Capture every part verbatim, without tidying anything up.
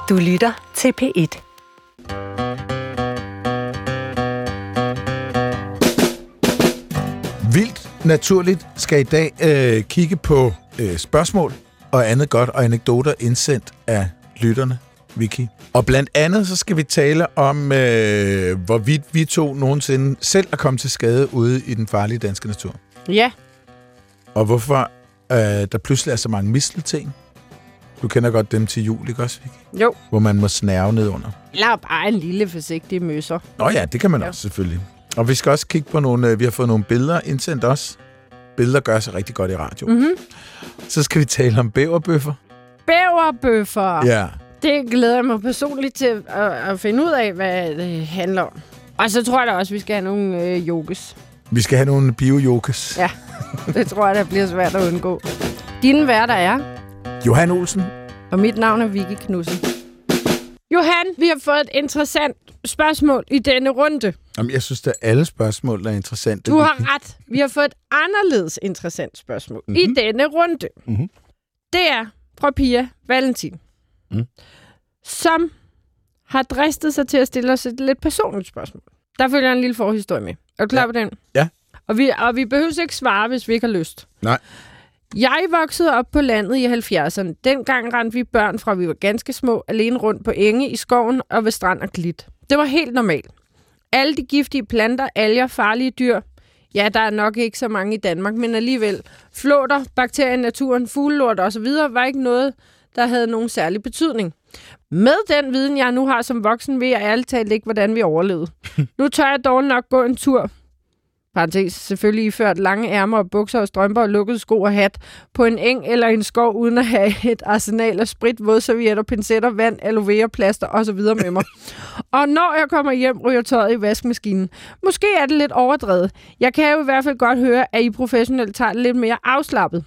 Du lytter til P et. Vildt Naturligt skal i dag øh, kigge på øh, spørgsmål og andet godt og anekdoter indsendt af lytterne, Vicky. Og blandt andet så skal vi tale om, øh, hvorvidt vi to nogensinde selv er kommet til skade ude i den farlige danske natur. Ja. Og hvorfor øh, der pludselig er så mange mistelten. Du kender godt dem til jul, ikke også, Vicky? Jo. Hvor man må snærve ned under. Eller bare en lille forsigtig møsser. Nå ja, det kan man ja. også selvfølgelig. Og vi skal også kigge på nogle, vi har fået nogle billeder indsendt også. Billeder gør sig rigtig godt i radio. Mm-hmm. Så skal vi tale om bæverbøffer. Bæverbøffer? Ja. Det glæder jeg mig personligt til at, at finde ud af, hvad det handler om. Og så tror jeg da også, at vi skal have nogle øh, yogis. Vi skal have nogle bio-yogis. Ja, det tror jeg, der bliver svært at undgå. Dine værter er Johan Olsen. Og mit navn er Vicky Knudsen. Johan, vi har fået et interessant spørgsmål i denne runde. Jamen, jeg synes, at alle spørgsmål er interessante. Du har ret. Vi har fået et anderledes interessant spørgsmål mm-hmm. i denne runde. Mm-hmm. Det er fra Pia Valentin, mm. som har dristet sig til at stille os et lidt personligt spørgsmål. Der følger en lille forhistorie med. Er du klar ja. på den? Ja. Og vi, og vi behøver ikke svare, hvis vi ikke har lyst. Nej. Jeg voksede op på landet i halvfjerdserne. Dengang rendte vi børn fra vi var ganske små, alene rundt på enge i skoven og ved strand og klit. Det var helt normalt. Alle de giftige planter, alger, farlige dyr. Ja, der er nok ikke så mange i Danmark, men alligevel. Flåter, bakterier i naturen, fuglelort osv. var ikke noget, der havde nogen særlig betydning. Med den viden, jeg nu har som voksen, ved jeg ærligt talt ikke, hvordan vi overlevede. Nu tør jeg dog nok gå en tur. Parentes, selvfølgelig iført lange ærmer og bukser og strømper og lukkede sko og hat på en eng eller en skov, uden at have et arsenal af sprit, vådservietter, pincetter, vand, aloe vera, plaster osv. med mig. Og når jeg kommer hjem, ryger tøjet i vaskemaskinen. Måske er det lidt overdrevet. Jeg kan jo i hvert fald godt høre, at I professionelt tager det lidt mere afslappet.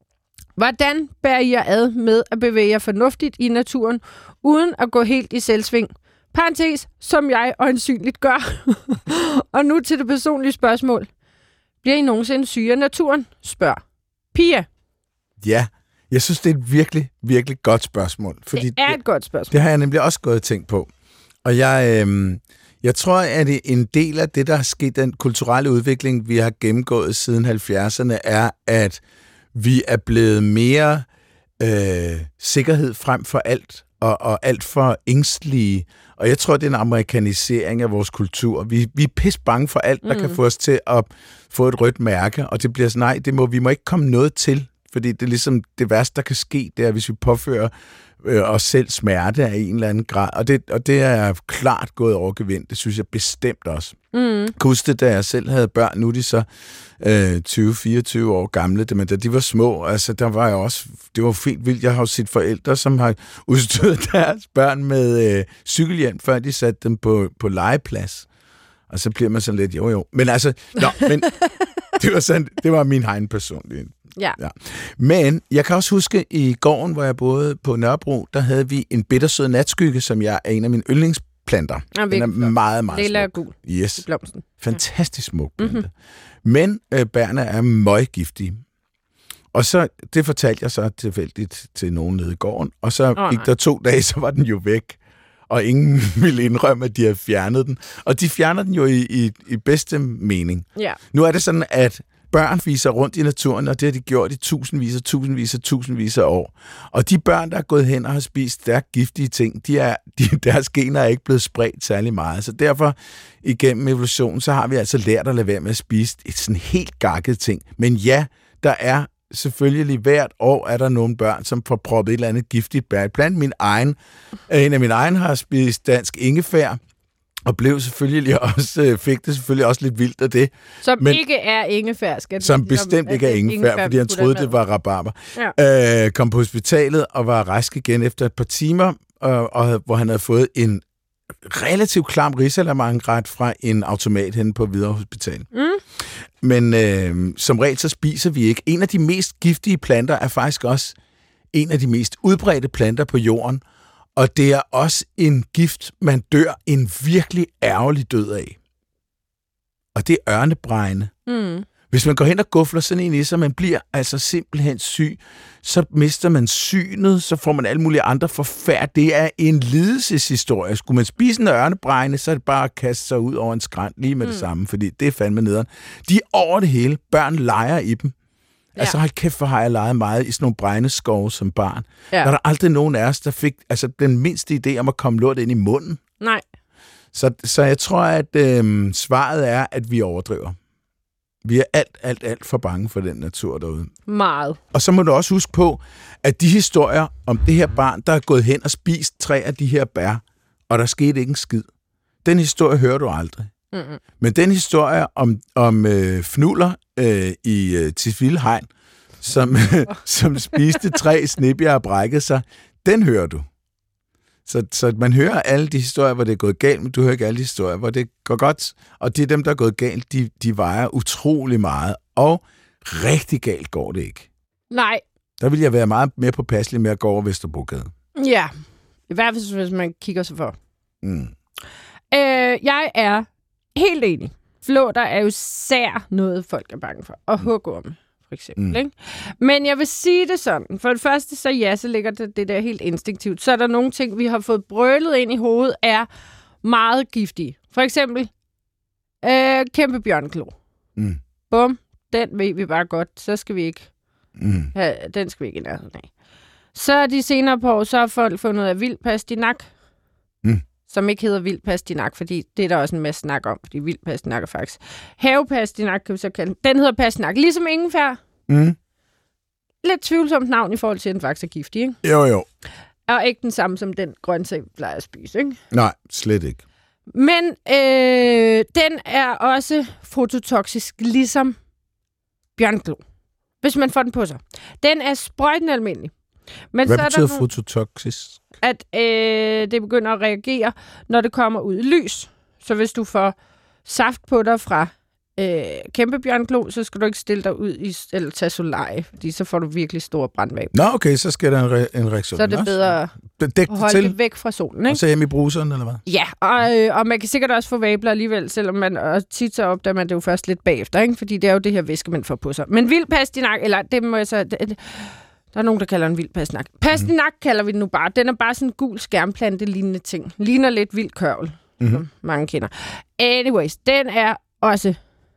Hvordan bærer I jer ad med at bevæge jer fornuftigt i naturen, uden at gå helt i selvsving? Parentes, som jeg øjensynligt gør. Og nu til det personlige spørgsmål. Bliver I nogensinde syge af naturen? Spørg Pia. Ja, jeg synes, det er et virkelig, virkelig godt spørgsmål. Fordi det er et godt spørgsmål. Det har jeg nemlig også gået og tænkt på. Og jeg, øh, jeg tror, at en del af det, der er sket, den kulturelle udvikling, vi har gennemgået siden halvfjerdserne, er, at vi er blevet mere øh, sikkerhed frem for alt, og, og alt for ængstlige. Og jeg tror, det er en amerikanisering af vores kultur. Vi, vi er pisse bange for alt, der mm. kan få os til at få et rødt mærke, og det bliver sådan, nej, det må, vi må ikke komme noget til, fordi det er ligesom det værste, der kan ske, det er, hvis vi påfører øh, os selv smerte af en eller anden grad. Og det, og det er klart gået over gevind, det synes jeg bestemt også. Mm. Jeg kan huske det, da jeg selv havde børn, nu er de så øh, tyve til fireogtyve år gamle, men da de var små, altså der var jeg også, det var fint vildt, jeg har jo set forældre, som har udstyret deres børn med øh, cykelhjelm, før de satte dem på, på legeplads. Og så bliver man sådan lidt, jo jo. Men altså, nå, men det var, sådan, det var min egen personlige. Ja. ja. Men jeg kan også huske, i gården, hvor jeg boede på Nørrebro, der havde vi en bittersød natskygge, som jeg er en af mine yndlingsplanter. Ja, den er meget, meget Lilla smuk. og gul. Yes. Blomsten. Fantastisk smuk plante. Mm-hmm. Men øh, bærene er møggiftige. Og så, det fortalte jeg så tilfældigt til nogen nede i gården, og så oh, gik nej. der to dage, så var den jo væk. Og ingen ville indrømme, at de havde fjernet den. Og de fjerner den jo i, i, i bedste mening. Ja. Nu er det sådan, at børn viser rundt i naturen, og det har de gjort i tusindvis og tusindvis og tusindvis af år. Og de børn, der er gået hen og har spist stærkt giftige ting, de er, de, deres gener er ikke blevet spredt særlig meget. Så derfor, igennem evolutionen, så har vi altså lært at lade være med at spise et sådan helt gakket ting. Men ja, der er selvfølgelig hvert år, er der nogle børn, som får proppet et eller andet giftigt bær. Blandt min egen, en af mine egne har spist dansk ingefær, og blev selvfølgelig også, fik det selvfølgelig også lidt vildt af det. Som men, ikke er ingefær, skal Som bestemt som, ikke er ingefær, ingefær fordi han troede, det var rabarber. Ja. Øh, kom på hospitalet og var rask igen efter et par timer, og, og, hvor han havde fået en relativt klam risalamandret fra en automat henne på Hvidovre Hospital. Mm. Men øh, som regel så spiser vi ikke. En af de mest giftige planter er faktisk også en af de mest udbredte planter på jorden, og det er også en gift, man dør en virkelig ærgerlig død af. Og det er ørnebregne. Mm. Hvis man går hen og gufler sådan en i sig, man bliver altså simpelthen syg, så mister man synet, så får man alle mulige andre forfærd. Det er en lidelseshistorie. Skulle man spise en ørnebregne, så er det bare at kaste sig ud over en skrænt lige med mm. det samme, fordi det er fandme nederen. De er over det hele. Børn leger i dem. Ja. Altså, hold kæft, hvor har jeg leget meget i sådan nogle bregneskove som barn. Ja. Der er der aldrig nogen af os, der fik altså, den mindste idé om at komme lort ind i munden. Nej. Så, så jeg tror, at øh, svaret er, at vi overdriver. Vi er alt, alt, alt for bange for den natur derude. Meget. Og så må du også huske på, at de historier om det her barn, der er gået hen og spist tre af de her bær, og der skete ikke en skid. Den historie hører du aldrig. Mm-hmm. Men den historie om, om øh, fnuller øh, i øh, Tisvildehegn, som, øh, som spiste tre snebjerg og brækkede sig, den hører du. Så, så man hører alle de historier, hvor det er gået galt, men du hører ikke alle de historier, hvor det går godt. Og det er dem, der er gået galt, de, de vejer utrolig meget. Og rigtig galt går det ikke. Nej. Der vil jeg være meget mere påpasselig med at gå over Vesterbrogade. Ja, i hvert fald hvis man kigger sig for. Mm. Øh, jeg er helt enig. Flåter er jo sær noget, folk er bange for. Og hugorme, for eksempel. Mm. Ikke? Men jeg vil sige det sådan. For det første, så ja, så ligger det, det der helt instinktivt. Så er der nogle ting, vi har fået brølet ind i hovedet, er meget giftige. For eksempel, øh, kæmpe bjørnklo. Mm. Bum, den ved vi bare godt. Så skal vi ikke mm. have, den skal vi ikke i nærheden af. Så er de senere på år, så har folk fundet ud af vild pastinak. Mm. Som ikke hedder vild pastinak, fordi det er der også en masse snak om, fordi vild pastinak er faktisk havepastinak, kan vi så kalde den. Den hedder pastinak, ligesom ingefær. Mm. Lidt tvivlsomt navn i forhold til, at den faktisk er giftig, ikke? Jo, jo. Og ikke den samme som den grøntsag, vi plejer at spise, ikke? Nej, slet ikke. Men øh, den er også fototoksisk, ligesom bjørnklo, hvis man får den på sig. Den er sprøjtende almindelig. Men hvad så betyder nogle, fototoksisk? At øh, det begynder at reagere, når det kommer ud i lys. Så hvis du får saft på dig fra øh, kæmpe bjørnklo, så skal du ikke stille dig ud i, eller tage solarie, fordi så får du virkelig store brandvæb. Nå, okay, så skal der en, re- en reaktion. Så er det bedre at holde til. det væk fra solen, ikke? Og så hjem i bruseren, eller hvad? Ja, og, øh, og man kan sikkert også få vabler alligevel, selvom man og tit så opdager man det jo først lidt bagefter, ikke? Fordi det er jo det her væske, man får på sig. Men vild pastinak, eller det må jeg så... Det, der er nogen, der kalder en vild pastinak. Pastinak mm. kalder vi den nu bare. Den er bare sådan en gul skærmplante-lignende ting. Ligner lidt vild kørvel, mm-hmm. som mange kender. Anyways, den er også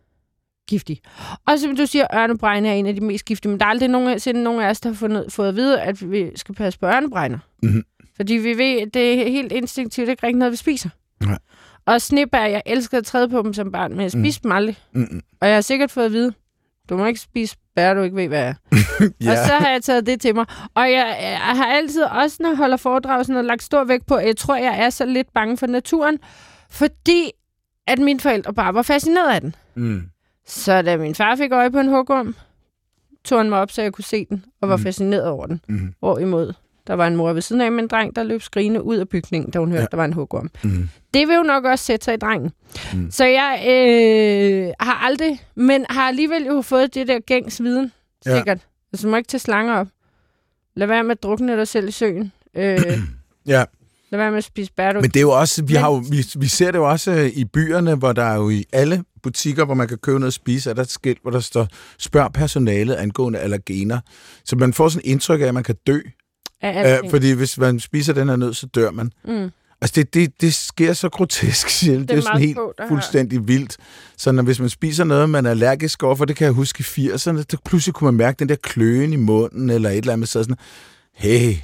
giftig. Og som du siger, ørnebregne er en af de mest giftige, men der er aldrig nogen, nogen af os, der har fundet, fået at vide, at vi skal passe på ørnebregner. Mm-hmm. Fordi vi ved, at det er helt instinktivt ikke rigtig noget, vi spiser. Nej. Og snebær, jeg elskede at træde på dem som barn, men jeg spiste mm. dem aldrig. Mm-hmm. Og jeg har sikkert fået at vide, du må ikke spise bær, du ikke ved, hvad er. Ja. Og så har jeg taget det til mig. Og jeg, jeg har altid, også når jeg holder foredrag, sådan noget, lagt stor vægt på, at jeg tror, jeg er så lidt bange for naturen, fordi at mine forældre bare var fascineret af den. Mm. Så da min far fik øje på en hugorm, tog han mig op, så jeg kunne se den, og var mm. fascineret over den. Mm. Hvorimod, der var en mor ved siden af med en dreng, der løb skrigende ud af bygningen, da hun hørte, ja. Der var en hugorm. Mm. Det vil jo nok også sætte sig i drengen. Mm. Så jeg øh, har aldrig, men har alligevel jo fået det der gængs viden, sikkert. Ja. Altså, må ikke tage slanger op. Lad være med at drukne dig selv i søen. Øh, ja. Lad være med at spise bær. Men det er jo også, vi, men... har jo, vi, vi ser det jo også i byerne, hvor der er jo i alle butikker, hvor man kan købe noget at spise, er der et skilt, hvor der står, spørg personalet angående allergener. Så man får sådan et indtryk af, at man kan dø. Æh, fordi hvis man spiser den her nød, så dør man. Mm. Altså, det, det, det sker så grotesk sjældent. Det er, det er sådan helt på, fuldstændig her. Vildt. Så når, hvis man spiser noget, man er allergisk overfor, det kan jeg huske i firserne, så pludselig kunne man mærke den der kløen i munden, eller et eller andet, så sådan, hey,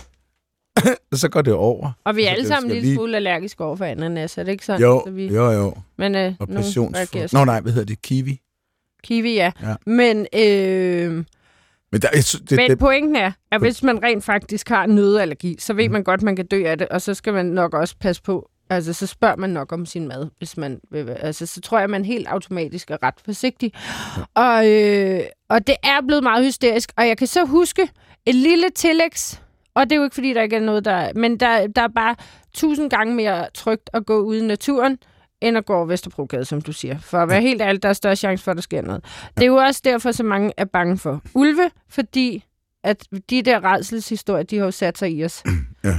og så går det over. Og vi er alle sammen en lille smule allergiske overfor ananas, er det ikke sådan? Jo, så vi... jo, jo. Men, øh, og passionsfrugt. Nå nej, hvad hedder det? Kiwi? Kiwi, ja. ja. Men... Øh... Men, der, det, Men det, pointen er, at hvis man rent faktisk har nøddeallergi, så ved man godt, at man kan dø af det, og så skal man nok også passe på. Altså, så spørger man nok om sin mad, hvis man vil. Altså, så tror jeg, at man helt automatisk er ret forsigtig. Ja. Og, øh, og det er blevet meget hysterisk, og jeg kan så huske et lille tillægs, og det er jo ikke, fordi der ikke er noget, der... Men der, der er bare tusind gange mere trygt at gå ude i naturen, end at gå over Vesterbrogade, som du siger. For at være helt ærlig, der er større chance for, at der sker noget. Det er jo også derfor, så mange er bange for ulve, fordi at de der rædselshistorier, de har jo sat sig i os. Ja.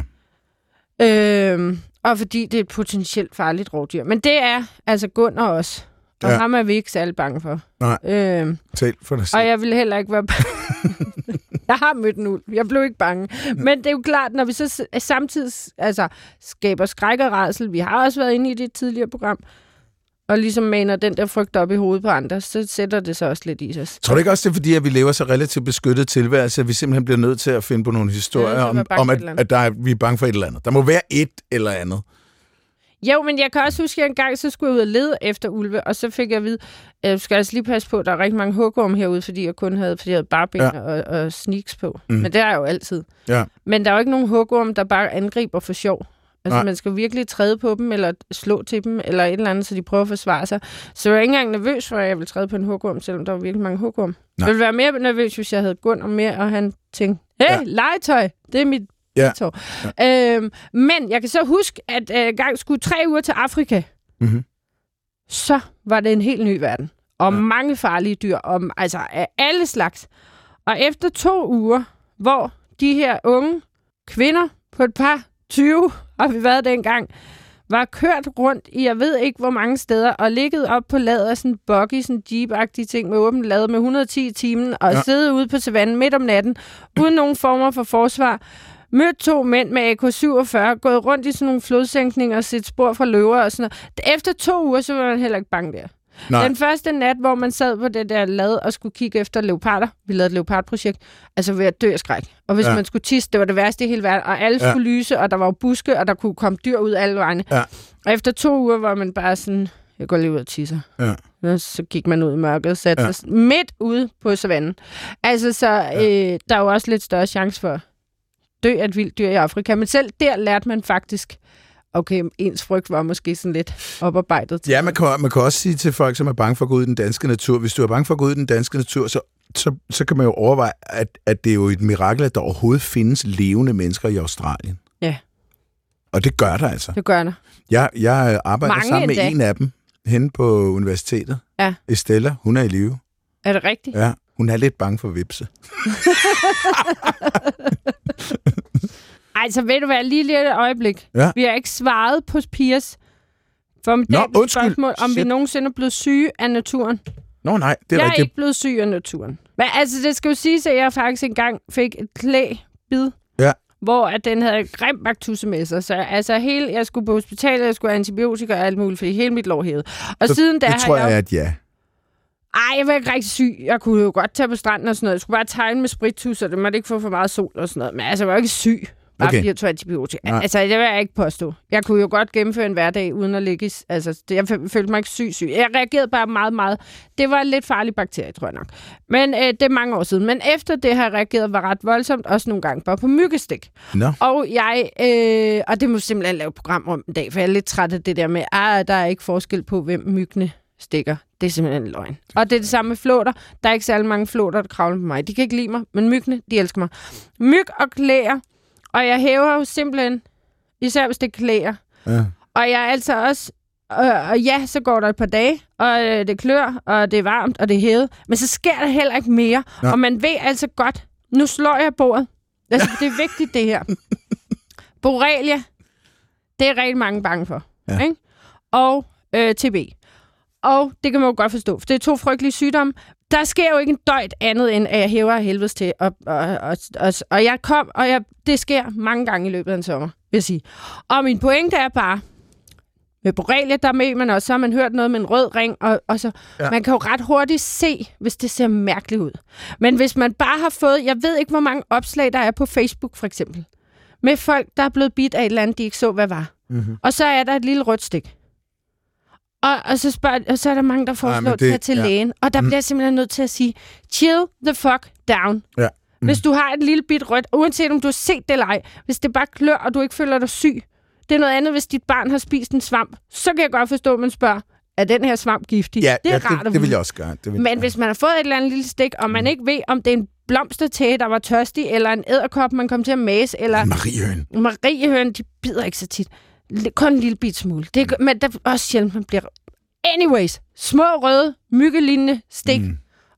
Øhm, og fordi det er et potentielt farligt rovdyr. Men det er altså Gunnar også. Og ja. ham er vi ikke særlig bange for. Nej, øh, tal for dig selv. Og jeg vil heller ikke være bange. Jeg har mødt en ulv. Jeg blev ikke bange. Men det er jo klart, når vi så samtidig altså, skaber skræk og rædsel, vi har også været inde i det tidligere program, og ligesom maner den der frygt op i hovedet på andre, så sætter det sig også lidt i os. Tror du ikke også, det er fordi, at vi lever så relativt beskyttet tilværelse, at vi simpelthen bliver nødt til at finde på nogle historier ja, om, om at, at der er, vi er bange for et eller andet? Der må være et eller andet. Jo, men jeg kan også huske, at en gang så skulle jeg ud og lede efter ulve, og så fik jeg at vide, at jeg skal altså lige passe på, at der er rigtig mange hugorm herude, fordi jeg kun havde, fordi jeg havde barben ja. og, og sneaks på. Mm. Men det er jeg jo altid. Ja. Men der er jo ikke nogen hugorm, der bare angriber for sjov. Altså, Nej. man skal virkelig træde på dem, eller slå til dem, eller et eller andet, så de prøver at forsvare sig. Så jeg var ikke engang nervøs for, at jeg ville træde på en hugorm, selvom der var virkelig mange hugorm. Jeg ville være mere nervøs, hvis jeg havde Gunnar med, og han tænkte, hey, ja. legetøj, det er mit ja. ja. Øhm, men jeg kan så huske, at øh, gang skulle tre uger til Afrika, mm-hmm. så var det en helt ny verden. Og ja. mange farlige dyr, om, altså af alle slags. Og efter to uger, hvor de her unge kvinder på et par tyve, har vi været dengang, var kørt rundt i, jeg ved ikke hvor mange steder, og ligget op på ladet af sådan en buggy, sådan en jeep-agtige ting med åbent lad med et hundrede og ti i timen, og ja. siddet ude på savannen midt om natten, uden nogen former for forsvar. Mødt to mænd med A K syvogfyrre, gået rundt i sådan nogle flodsænkninger og set spor fra løver og sådan noget. Efter to uger, så var man heller ikke bange der. Nej. Den første nat, hvor man sad på det der lad og skulle kigge efter leoparder, vi lavede et leopardprojekt, altså ved at dø af skræk. Og hvis ja. man skulle tisse, det var det værste i hele verden, og alle ja. skulle lyse, og der var jo buske, og der kunne komme dyr ud alle vegne. Ja. Og efter to uger var man bare sådan, jeg går lige ud og tisser. Ja. Og så gik man ud i mørket og satte ja. sig midt ude på savannen. Altså, så ja. øh, der er jo også lidt større chance for at dø af et vildt dyr i Afrika. Men selv der lærte man faktisk, okay, ens frygt var måske sådan lidt oparbejdet. Ja, man kan, man kan også sige til folk, som er bange for at gå ud i den danske natur, hvis du er bange for at gå ud i den danske natur, så, så, så kan man jo overveje, at, at det er jo et mirakel, at der overhovedet findes levende mennesker i Australien. Ja. Og det gør der altså. Det gør der. Jeg, jeg arbejder Mange sammen med endda. en af dem, henne på universitetet. Ja. Estella, hun er i live. Er det rigtigt? Ja, hun er lidt bange for vipse. Ej, så ved du hvad, lige lidt et øjeblik. Ja. Vi har ikke svaret på Piers formidable spørgsmål, om Shit. vi nogensinde er blevet syge af naturen. Nå nej, det er Jeg rigtigt. er ikke blevet syg af naturen. Men altså, det skal jo siges, at jeg faktisk engang fik et klæbid, ja. hvor at den havde grim baktusse med sig. Så altså, hele, jeg skulle på hospitalet, jeg skulle have antibiotika og alt muligt, fordi hele mit lår hævede. Og så, siden da det tror jeg... jeg, at ja. Ej, jeg var ikke rigtig syg. Jeg kunne jo godt tage på stranden og sådan noget. Jeg skulle bare tegne med sprittus, og det måtte ikke få for meget sol og sådan noget. Men altså, jeg var ikke syg. Bare okay. fordi jeg tog antibiotika. Nej. Altså, det vil jeg ikke påstå. Jeg kunne jo godt gennemføre en hverdag, uden at ligge i... Altså, det, jeg følte mig ikke syg, syg. Jeg reagerede bare meget, meget... Det var en lidt farlig bakterie, tror jeg nok. Men øh, det er mange år siden. Men efter det har jeg reageret, var ret voldsomt. Også nogle gange bare på myggestik. No. Og jeg... Øh, og det må simpelthen lave et program om en dag, for jeg er lidt træt af det der med, at der er ikke forskel på, hvem myggene stikker. Det er simpelthen en løgn. Og det er det samme med flåter. Der er ikke særlig mange flåter, der kravler på mig. De kan ikke lide mig, men myggene, de elsker mig. Myg og klæder. Og jeg hæver jo simpelthen, især hvis det klæder. Ja. Og jeg er altså også, øh, og ja, så går der et par dage, og øh, det klør, og det er varmt, og det er hævet. Men så sker der heller ikke mere. Ja. Og man ved altså godt, nu slår jeg bordet. Altså, det er vigtigt, det her. Borrelia, det er rigtig mange bange for. Ja. Ikke? Og øh, T B. Og det kan man jo godt forstå, for det er to frygtelige sygdomme. Der sker jo ikke en døjt andet, end at jeg hæver af helvedes til. Og, og, og, og, og jeg kom, og jeg, det sker mange gange i løbet af en sommer, vil jeg sige. Og min pointe er bare, med borrelia, der med man også, så har man hørt noget med en rød ring, og, og så, ja. man kan jo ret hurtigt se, hvis det ser mærkeligt ud. Men hvis man bare har fået, jeg ved ikke, hvor mange opslag der er på Facebook, for eksempel, med folk, der er blevet bidt af et eller andet, de ikke så, hvad var. Mm-hmm. Og så er der et lille rødt stik. Og, og, så spørger, og så er der mange, der foreslår ja, det, til ja. lægen. Og der mm. bliver jeg simpelthen nødt til at sige, chill the fuck down. Ja. Mm. Hvis du har et lille bit rødt, uanset om du har set det eller ej, hvis det bare klør, og du ikke føler dig syg, det er noget andet, hvis dit barn har spist en svamp. Så kan jeg godt forstå, at man spørger, er den her svamp giftig? Ja, det er ja, rart det, det vil jeg også gøre. Det vil, Men ja. hvis man har fået et eller andet lille stik, og man mm. ikke ved, om det er en blomstertæge, der var tørstig, eller en edderkop, man kom til at mase, eller... Mariehøn. Mariehøn, de bider ikke så tit. Kun en lille bit smule. Det er, men der er også sjældent, man bliver... Anyways, små røde, myggelignende stik. Mm.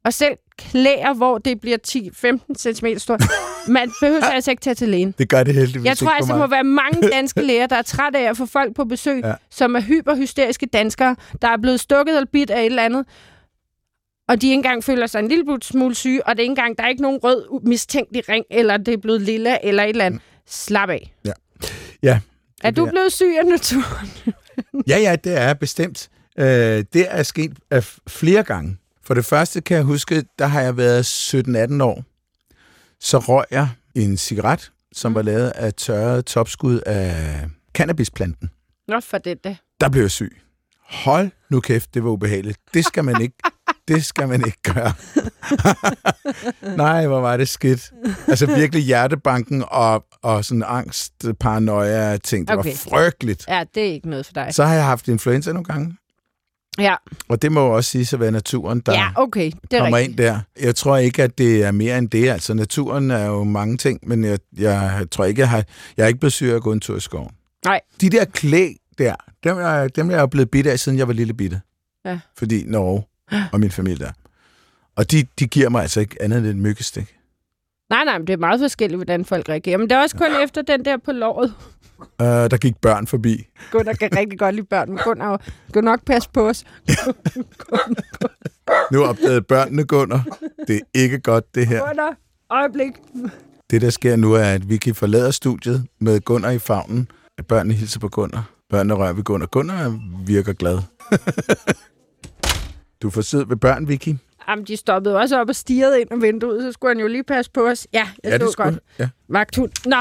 Og selv klæder, hvor det bliver ti til femten centimeter stort. Man behøver altså ikke tage til lægen. Det gør det heldigvis. Jeg tror altså, der må være mange danske læger, der er trætte af at få folk på besøg, ja. som er hyperhysteriske danskere, der er blevet stukket eller bidt af et eller andet, og de ikke engang føler sig en lille smule syge, og det er ikke engang, der er ikke nogen rød mistænkelig ring, eller det er blevet lilla, eller et eller andet. Slap af. Ja. ja er du blevet syg af naturen? ja, ja, det er bestemt. Øh, det er sket øh, flere gange. For det første kan jeg huske, der har jeg været sytten atten år. Så røg jeg en cigaret, som var lavet af tørret topskud af cannabisplanten. Nå, for det da. Der blev jeg syg. Hold nu kæft, det var ubehageligt. Det skal man ikke, det skal man ikke gøre. Nej, hvor var det skidt. Altså virkelig hjertebanken og, og sådan angst, paranoia ting. Det okay. var frygteligt. Ja, det er ikke noget for dig. Så har jeg haft influenza nogle gange. Ja. Og det må jo også sige at være naturen, der ja, okay. det kommer rigtigt. ind der. Jeg tror ikke, at det er mere end det. Altså, naturen er jo mange ting, men jeg, jeg tror ikke, jeg har, jeg er ikke blevet syg af at gå en tur i skoven. Nej. De der klæ der, dem er, dem er jeg blevet bidt af, siden jeg var lille bitte. Ja. Fordi Norge og min familie der. Og de, de giver mig altså ikke andet end et myggestik. Nej, nej, men det er meget forskelligt, hvordan folk reagerer. Men det er også kun ja. efter den der på låret. Uh, der gik børn forbi. Gunnar kan rigtig godt lide børn, men Gunnar skal nok passe på os. Nu opdagede børnene, Gunnar. Det er ikke godt, det her. Gunnar, øjeblik. Det, der sker nu, er, at Vicky forlader studiet med Gunnar i favnen. At børnene hilser på Gunnar. Børnene rører ved Gunnar. Gunnar virker glad. Du får siddet ved børn, Vicky. Jamen, de stoppede også op og stirrede ind af vinduet, så skulle han jo lige passe på os. Ja, jeg ja, stod det skulle, godt. Ja. Vagthund. Nå.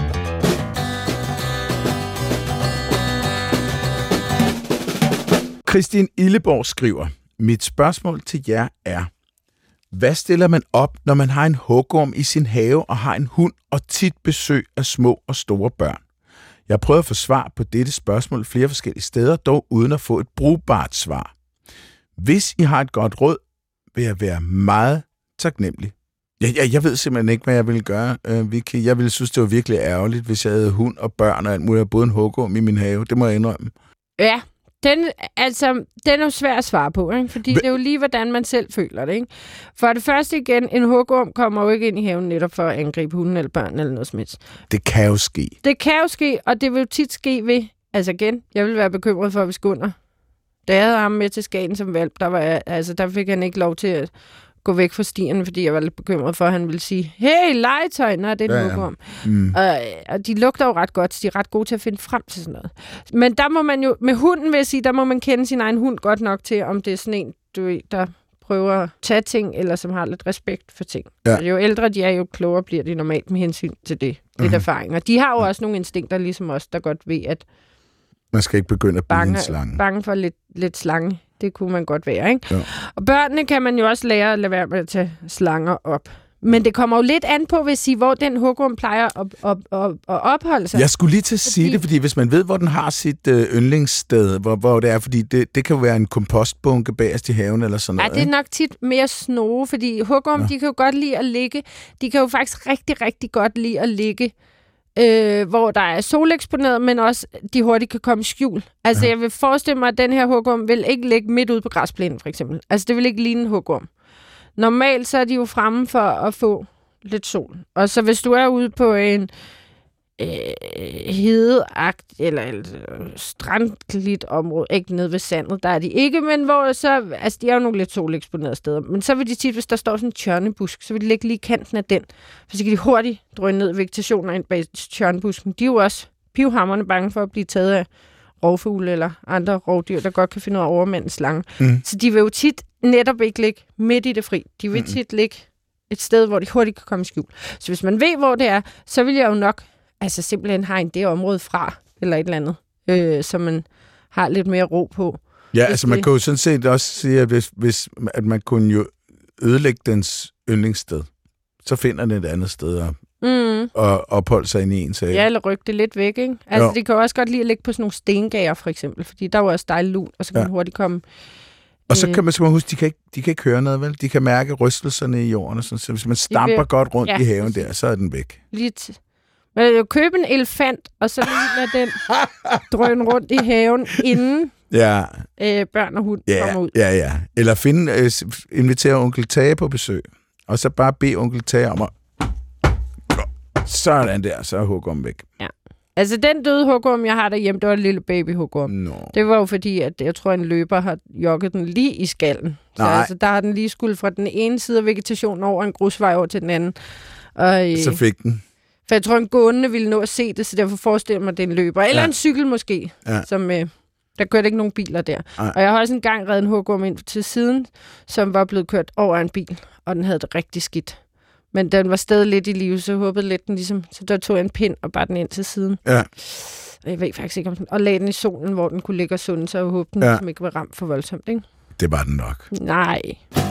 Kristin Illeborg skriver, mit spørgsmål til jer er, hvad stiller man op, når man har en hugorm i sin have og har en hund og tit besøg af små og store børn? Jeg har prøvet at få svar på dette spørgsmål flere forskellige steder, dog uden at få et brugbart svar. Hvis I har et godt råd, vil jeg være meget taknemmelig. Jeg, jeg, jeg ved simpelthen ikke, hvad jeg ville gøre, øh, Vicky. Jeg ville synes, det var virkelig ærgerligt, hvis jeg havde hund og børn og alt muligt. Jeg både en hugorm i min have. Det må jeg indrømme. Ja, den, altså, den er jo svær at svare på, ikke? Fordi Hva? det er jo lige, hvordan man selv føler det. Ikke? For det første igen, en hugorm kommer jo ikke ind i haven netop for at angribe hunden eller børn eller noget som helst. Det kan jo ske. Det kan jo ske, og det vil jo tit ske ved, altså igen, jeg vil være bekymret for, hvis Gunnar, da jeg havde ham med til Skagen som valp, der, var jeg, altså, der fik han ikke lov til at gå væk fra stierne, fordi jeg var lidt bekymret for, at han ville sige, hey, legetøj, nej, det er en ja, hugorm. Ja. Mm. Og, og de lugter jo ret godt, så de er ret gode til at finde frem til sådan noget. Men der må man jo, med hunden vil jeg sige, der må man kende sin egen hund godt nok til, om det er sådan en, du ved, der prøver at tage ting, eller som har lidt respekt for ting. Ja. Jo ældre de er, jo klogere bliver de normalt med hensyn til det. Lidt mm-hmm. erfaring. Og de har jo også nogle instinkter, ligesom os, der godt ved, at man skal ikke begynde at blive bange, en slange. Bange for lidt, lidt slange. Det kunne man godt være, ikke? Ja. Og børnene kan man jo også lære at lade være med at tage slanger op. Men det kommer jo lidt an på, vil sige, hvor den hugorm plejer at, at, at, at opholde sig. Jeg skulle lige til at sige fordi... det, fordi hvis man ved, hvor den har sit øh, yndlingssted, hvor, hvor det er, fordi det, det kan jo være en kompostbunke bagerst i haven eller sådan noget. Ja, det er nok tit mere snoge, fordi hugorm, ja. de kan jo godt lide at ligge. De kan jo faktisk rigtig, rigtig godt lide at ligge, øh, hvor der er soleksponeret, men også de hurtigt kan komme i skjul. Altså, ja. jeg vil forestille mig, at den her hugorm vil ikke ligge midt ude på græsplænen, for eksempel. Altså, det vil ikke ligne en hugorm. Normalt så er de jo fremme for at få lidt sol. Og så hvis du er ude på en øh, hedeagt eller et strandligt område, ikke nede ved sandet, der er de ikke, men hvor så, altså de er jo nogle lidt soleksponerede steder, men så vil de tit, hvis der står sådan en tjørnebusk, så vil de ligge lige i kanten af den, for så kan de hurtigt drøne ned vegetationen ind bag tjørnebusken. De er jo også pivhamrende bange for at blive taget af rovfugle eller andre rovdyr, der godt kan finde ud af overmandens slange. Mm. Så de vil jo tit netop ikke ligge midt i det fri. De vil mm. tit ligge et sted, hvor de hurtigt kan komme i skjul. Så hvis man ved, hvor det er, så vil jeg jo nok altså simpelthen have en det område fra, eller et eller andet, øh, så man har lidt mere ro på. Ja, altså det... man kan jo sådan set også sige, at, hvis, hvis, at man kunne jo ødelægge dens yndlingssted, så finder den et andet sted og, mm. og opholde sig inde i en sag. Ja, eller rykke det lidt væk, ikke? Altså, jo. Det kan jo også godt lide at ligge på sådan nogle stengager, for eksempel, fordi der er jo også dejligt lun, og så kan ja. man hurtigt komme... Og så kan man, så man huske, de kan, ikke, de kan ikke høre noget, vel? De kan mærke rystelserne i jorden, og sådan, så hvis man stamper vil... godt rundt ja. i haven der, så er den væk. Lidt. Man vil jo købe en elefant, og så lade den drøne rundt i haven, inden Ja. Øh, børn og hund ja, kommer ud. Ja, ja. Eller finde, øh, invitere onkel Tage på besøg. Og så bare bede onkel Tage om at... Sådan der, så er hugorm væk. Ja. Altså, den døde hugorm, jeg har derhjemme, det var en lille baby hugorm. No. Det var jo fordi, at jeg tror, en løber har jogget den lige i skallen. Så Nej. altså, der har den lige skulle fra den ene side af vegetationen over en grusvej over til den anden. Og, øh, så fik den. For jeg tror, en gående ville nå at se det, så derfor forestiller mig, at det er en løber. Eller ja. en cykel måske, ja. som... Øh, der kørte ikke nogen biler der. Ej. Og jeg har også engang reddet en hugorm ind til siden, som var blevet kørt over en bil, og den havde det rigtig skidt. Men den var stadig lidt i live, så jeg håbede lidt den ligesom... Så der tog jeg en pind og bare den ind til siden. Ja. Og jeg ved faktisk ikke om den... Og lagde den i solen, hvor den kunne ligge og sunde, så jeg håbede, den ja. ligesom ikke var ramt for voldsomt, ikke? Det var den nok. Nej.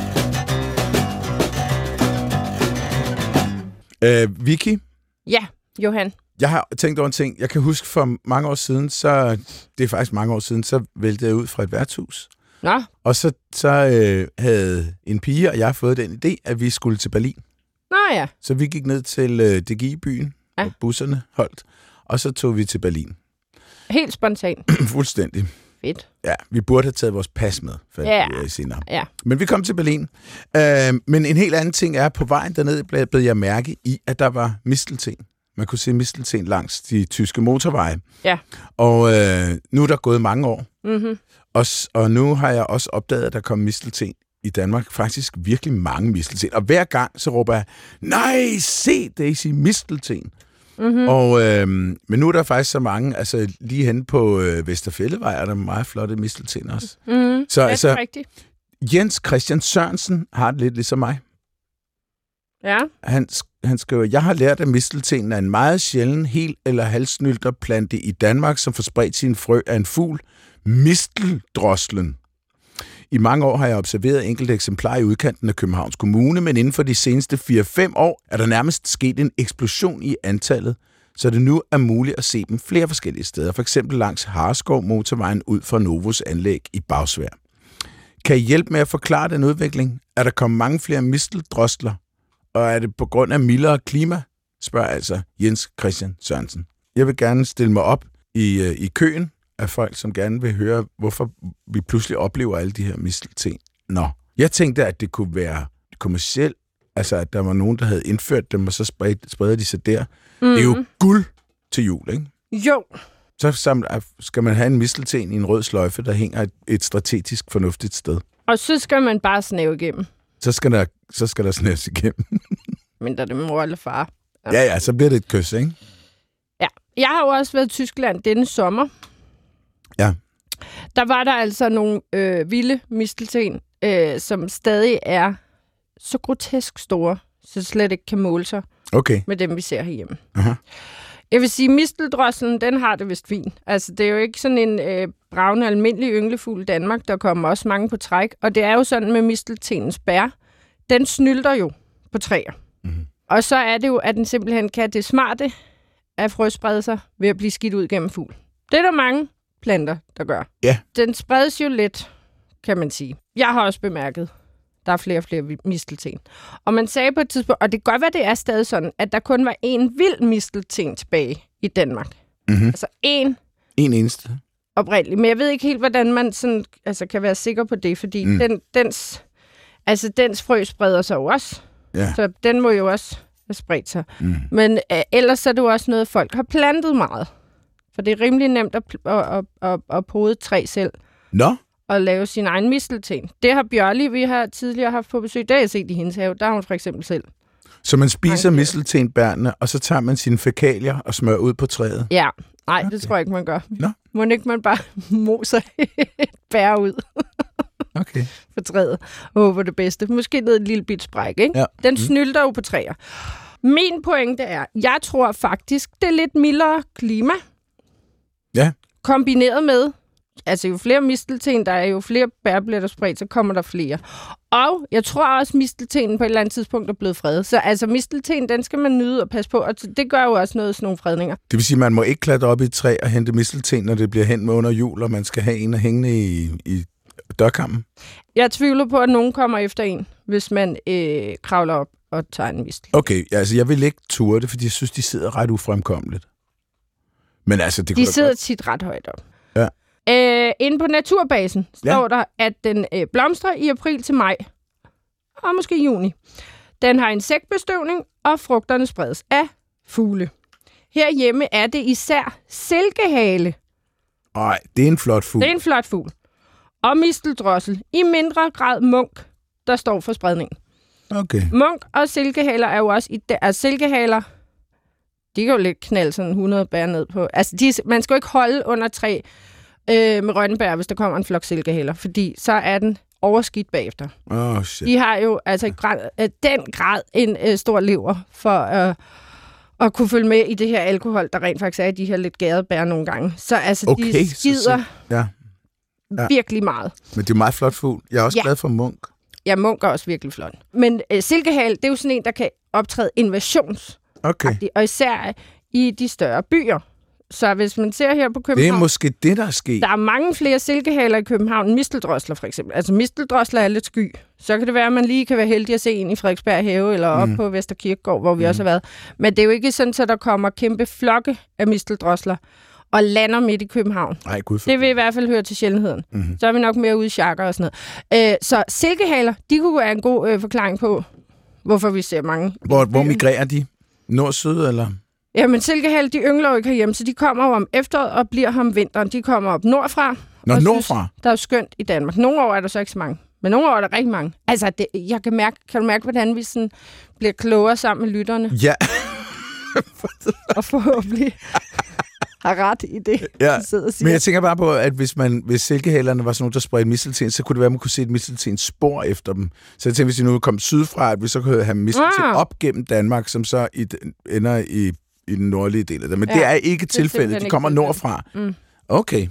Øh, Vicky? Ja, Johan. Jeg har tænkt over en ting. Jeg kan huske for mange år siden, så... Det er faktisk mange år siden, så væltede jeg ud fra et værtshus. Nå. Og så, så øh, havde en pige og jeg fået den idé, at vi skulle til Berlin. Nå ja. Så vi gik ned til øh, D G I-byen, ja. Og busserne holdt, og så tog vi til Berlin. Helt spontant. Fuldstændig. Fedt. Ja, vi burde have taget vores pas med, fandt ja. vi senere. Ja. Men vi kom til Berlin. Øh, men en helt anden ting er, på vejen derned blev, blev jeg mærke i, at der var mistelten. Man kunne se mistelten langs de tyske motorveje. Ja. Og øh, nu er der gået mange år. Mm-hmm. Og, og nu har jeg også opdaget, at der kom mistelten i Danmark. Faktisk virkelig mange mistelten. Og hver gang så råber jeg, nej, se Daisy, mistelten. Mm-hmm. Og, øh, men nu er der faktisk så mange, altså lige hen på øh, Vesterfældevej er der meget flotte mistelten også. Mm-hmm. Så det er altså, rigtigt. Jens Christian Sørensen har det lidt ligesom mig. Ja. Han, han skriver, jeg har lært, at mistelten er en meget sjælden hel- eller halvsnylterplante i Danmark, som får spredt sin frø af en fugl, misteldroslen. I mange år har jeg observeret enkelte eksemplarer i udkanten af Københavns Kommune, men inden for de seneste fire fem år er der nærmest sket en eksplosion i antallet, så det nu er muligt at se dem flere forskellige steder, for eksempel langs Harskov motorvejen ud fra Novos anlæg i Bagsværd. Kan I hjælpe med at forklare den udvikling? Er der kommet mange flere misteldrosler? Og er det på grund af mildere klima? Spørger altså Jens Christian Sørensen. Jeg vil gerne stille mig op i, øh, i køen af folk, som gerne vil høre, hvorfor vi pludselig oplever alle de her mistelten. Nå, jeg tænkte, at det kunne være kommercielt, altså at der var nogen, der havde indført dem, og så spredte, spreder de sig der. Mm. Det er jo guld til jul, ikke? Jo. Så skal man have en mistelten i en rød sløjfe, der hænger et, et strategisk fornuftigt sted. Og så skal man bare snæve igennem. Så skal der, så skal der snæves igennem. Men der er det mor eller far. Ja. ja, ja, så bliver det et kys, ikke? Ja. Jeg har jo også været i Tyskland denne sommer. Ja. Der var der altså nogle øh, vilde mistelten, øh, som stadig er så grotesk store, så slet ikke kan måle sig okay. med dem, vi ser herhjemme. Aha. Jeg vil sige, misteldroslen, den har det vist fint. Altså, det er jo ikke sådan en øh, bravende, almindelig ynglefugl i Danmark. Der kommer også mange på træk. Og det er jo sådan med misteltenens bær. Den snylter jo på træer. Mm-hmm. Og så er det jo, at den simpelthen kan det smarte at frøsprede sig ved at blive skidt ud gennem fugl. Det er der mange planter, der gør. Ja. Den spredes jo let, kan man sige. Jeg har også bemærket, der er flere og flere mistelten. Og man sagde på et tidspunkt, og det kan godt være, det er stadig sådan, at der kun var én vild mistelten tilbage i Danmark. Mm-hmm. Altså én. En eneste. Oprindeligt. Men jeg ved ikke helt, hvordan man sådan, altså, kan være sikker på det, fordi mm. den, dens, altså, dens frø spreder sig jo også. Ja. Så den må jo også have spredt sig. Mm. Men øh, ellers er det jo også noget, folk har plantet meget. For det er rimelig nemt at, at, at, at, at pode et træ selv. Nå? Og lave sin egen mistelten. Det har Bjørli, vi har tidligere haft på besøg, der har jeg set i hendes have. Der har hun for eksempel selv. Så man spiser misteltenbærene, og så tager man sine fækalier og smører ud på træet? Ja. Nej, okay. Det tror jeg ikke, man gør. Nå? Må ikke man bare moser et bær ud okay. på træet og håber det bedste. Måske ned et lille bit spræk, ikke? Ja. Den mm. snylter jo på træer. Min pointe er, jeg tror faktisk, det er lidt mildere klima. Ja. Kombineret med, altså jo flere mistelten der er, jo flere bærblætter spredt, så kommer der flere. Og jeg tror også, misteltenen på et eller andet tidspunkt er blevet fredet. Så altså mistelten, den skal man nyde og passe på, og det gør jo også noget sådan nogle fredninger. Det vil sige, at man må ikke klatre op i et træ og hente mistelten, når det bliver hen med under jul, og man skal have en af hængende i, i dørkammen? Jeg tvivler på, at nogen kommer efter en, hvis man øh, kravler op og tager en mistel. Okay, altså jeg vil ikke ture det, fordi jeg synes, de sidder ret ufremkommeligt. Men altså, det de kunne sidder godt... tit ret højt op. Ja. Øh, inde på Naturbasen står Ja. der, at den øh, blomstrer i april til maj. Og måske juni. Den har insektbestøvning, og frugterne spredes af fugle. Herhjemme er det især silkehale. Ej, det er en flot fugl. Det er en flot fugl. Og misteldrossel. I mindre grad munk, der står for spredningen. Okay. Munk og silkehaler er jo også... I der, altså silkehaler, de kan jo lidt knalde sådan hundrede bær ned på. Altså, de, man skal jo ikke holde under træ øh, med rønnebær, hvis der kommer en flok silkehaler, fordi så er den overskidt bagefter. Oh, shit. De har jo altså i grad, øh, den grad en øh, stor lever for øh, at kunne følge med i det her alkohol, der rent faktisk er i de her lidt gærede bær nogle gange. Så altså, Okay, de så- skider så- Ja. Ja. virkelig meget. Men det er en meget flot fugl. Jeg er også Ja. glad for munk. Ja, munk er også virkelig flot. Men øh, silkehale, det er jo sådan en, der kan optræde invasions. Okay. Og især i de større byer. Så hvis man ser her på Det København... er måske det, der er sket. Der er mange flere silkehaler i København end misteldrosler, for eksempel. Altså, misteldrosler er lidt sky. Så kan det være, at man lige kan være heldig at se en i Frederiksberg Have, eller op Mm. på Vesterkirkegård, hvor vi Mm. også har været. Men det er jo ikke sådan, at der kommer kæmpe flokke af misteldrosler og lander midt i København. Nej, gud for Det vil i hvert fald høre til sjældenheden. mm-hmm. Så er vi nok mere ude i chakker og sådan noget. Øh, så silkehaler, de kunne være en god øh, forklaring på, hvorfor vi ser mange. Hvor, hvor migrerer de? Nord-syd, eller? Jamen, silkehaler, de yngler jo ikke herhjemme, så de kommer jo om efteråret og bliver her om vinteren. De kommer op nordfra. Nå, og nordfra? Synes, der er jo skønt i Danmark. Nogle år er der så ikke så mange, men nogle år er der rigtig mange. Altså, det, jeg kan mærke, kan du mærke, hvordan vi sådan bliver klogere sammen med lytterne, Ja. og forhåbentlig har ret i det, Ja. de sidder og siger. Men jeg tænker bare på, at hvis, man, hvis silkehælerne var sådan nogle, der spredte mistelten, så kunne det være, at man kunne se et misteltens spor efter dem. Så jeg tænker, hvis de nu kom sydfra, at vi så kunne have mistelten Ah. op gennem Danmark, som så i, den- ender i, i den nordlige del af det. Men Ja, det er ikke tilfældet. simpelthen De ikke kommer tilfældet. nordfra. Mm. Okay.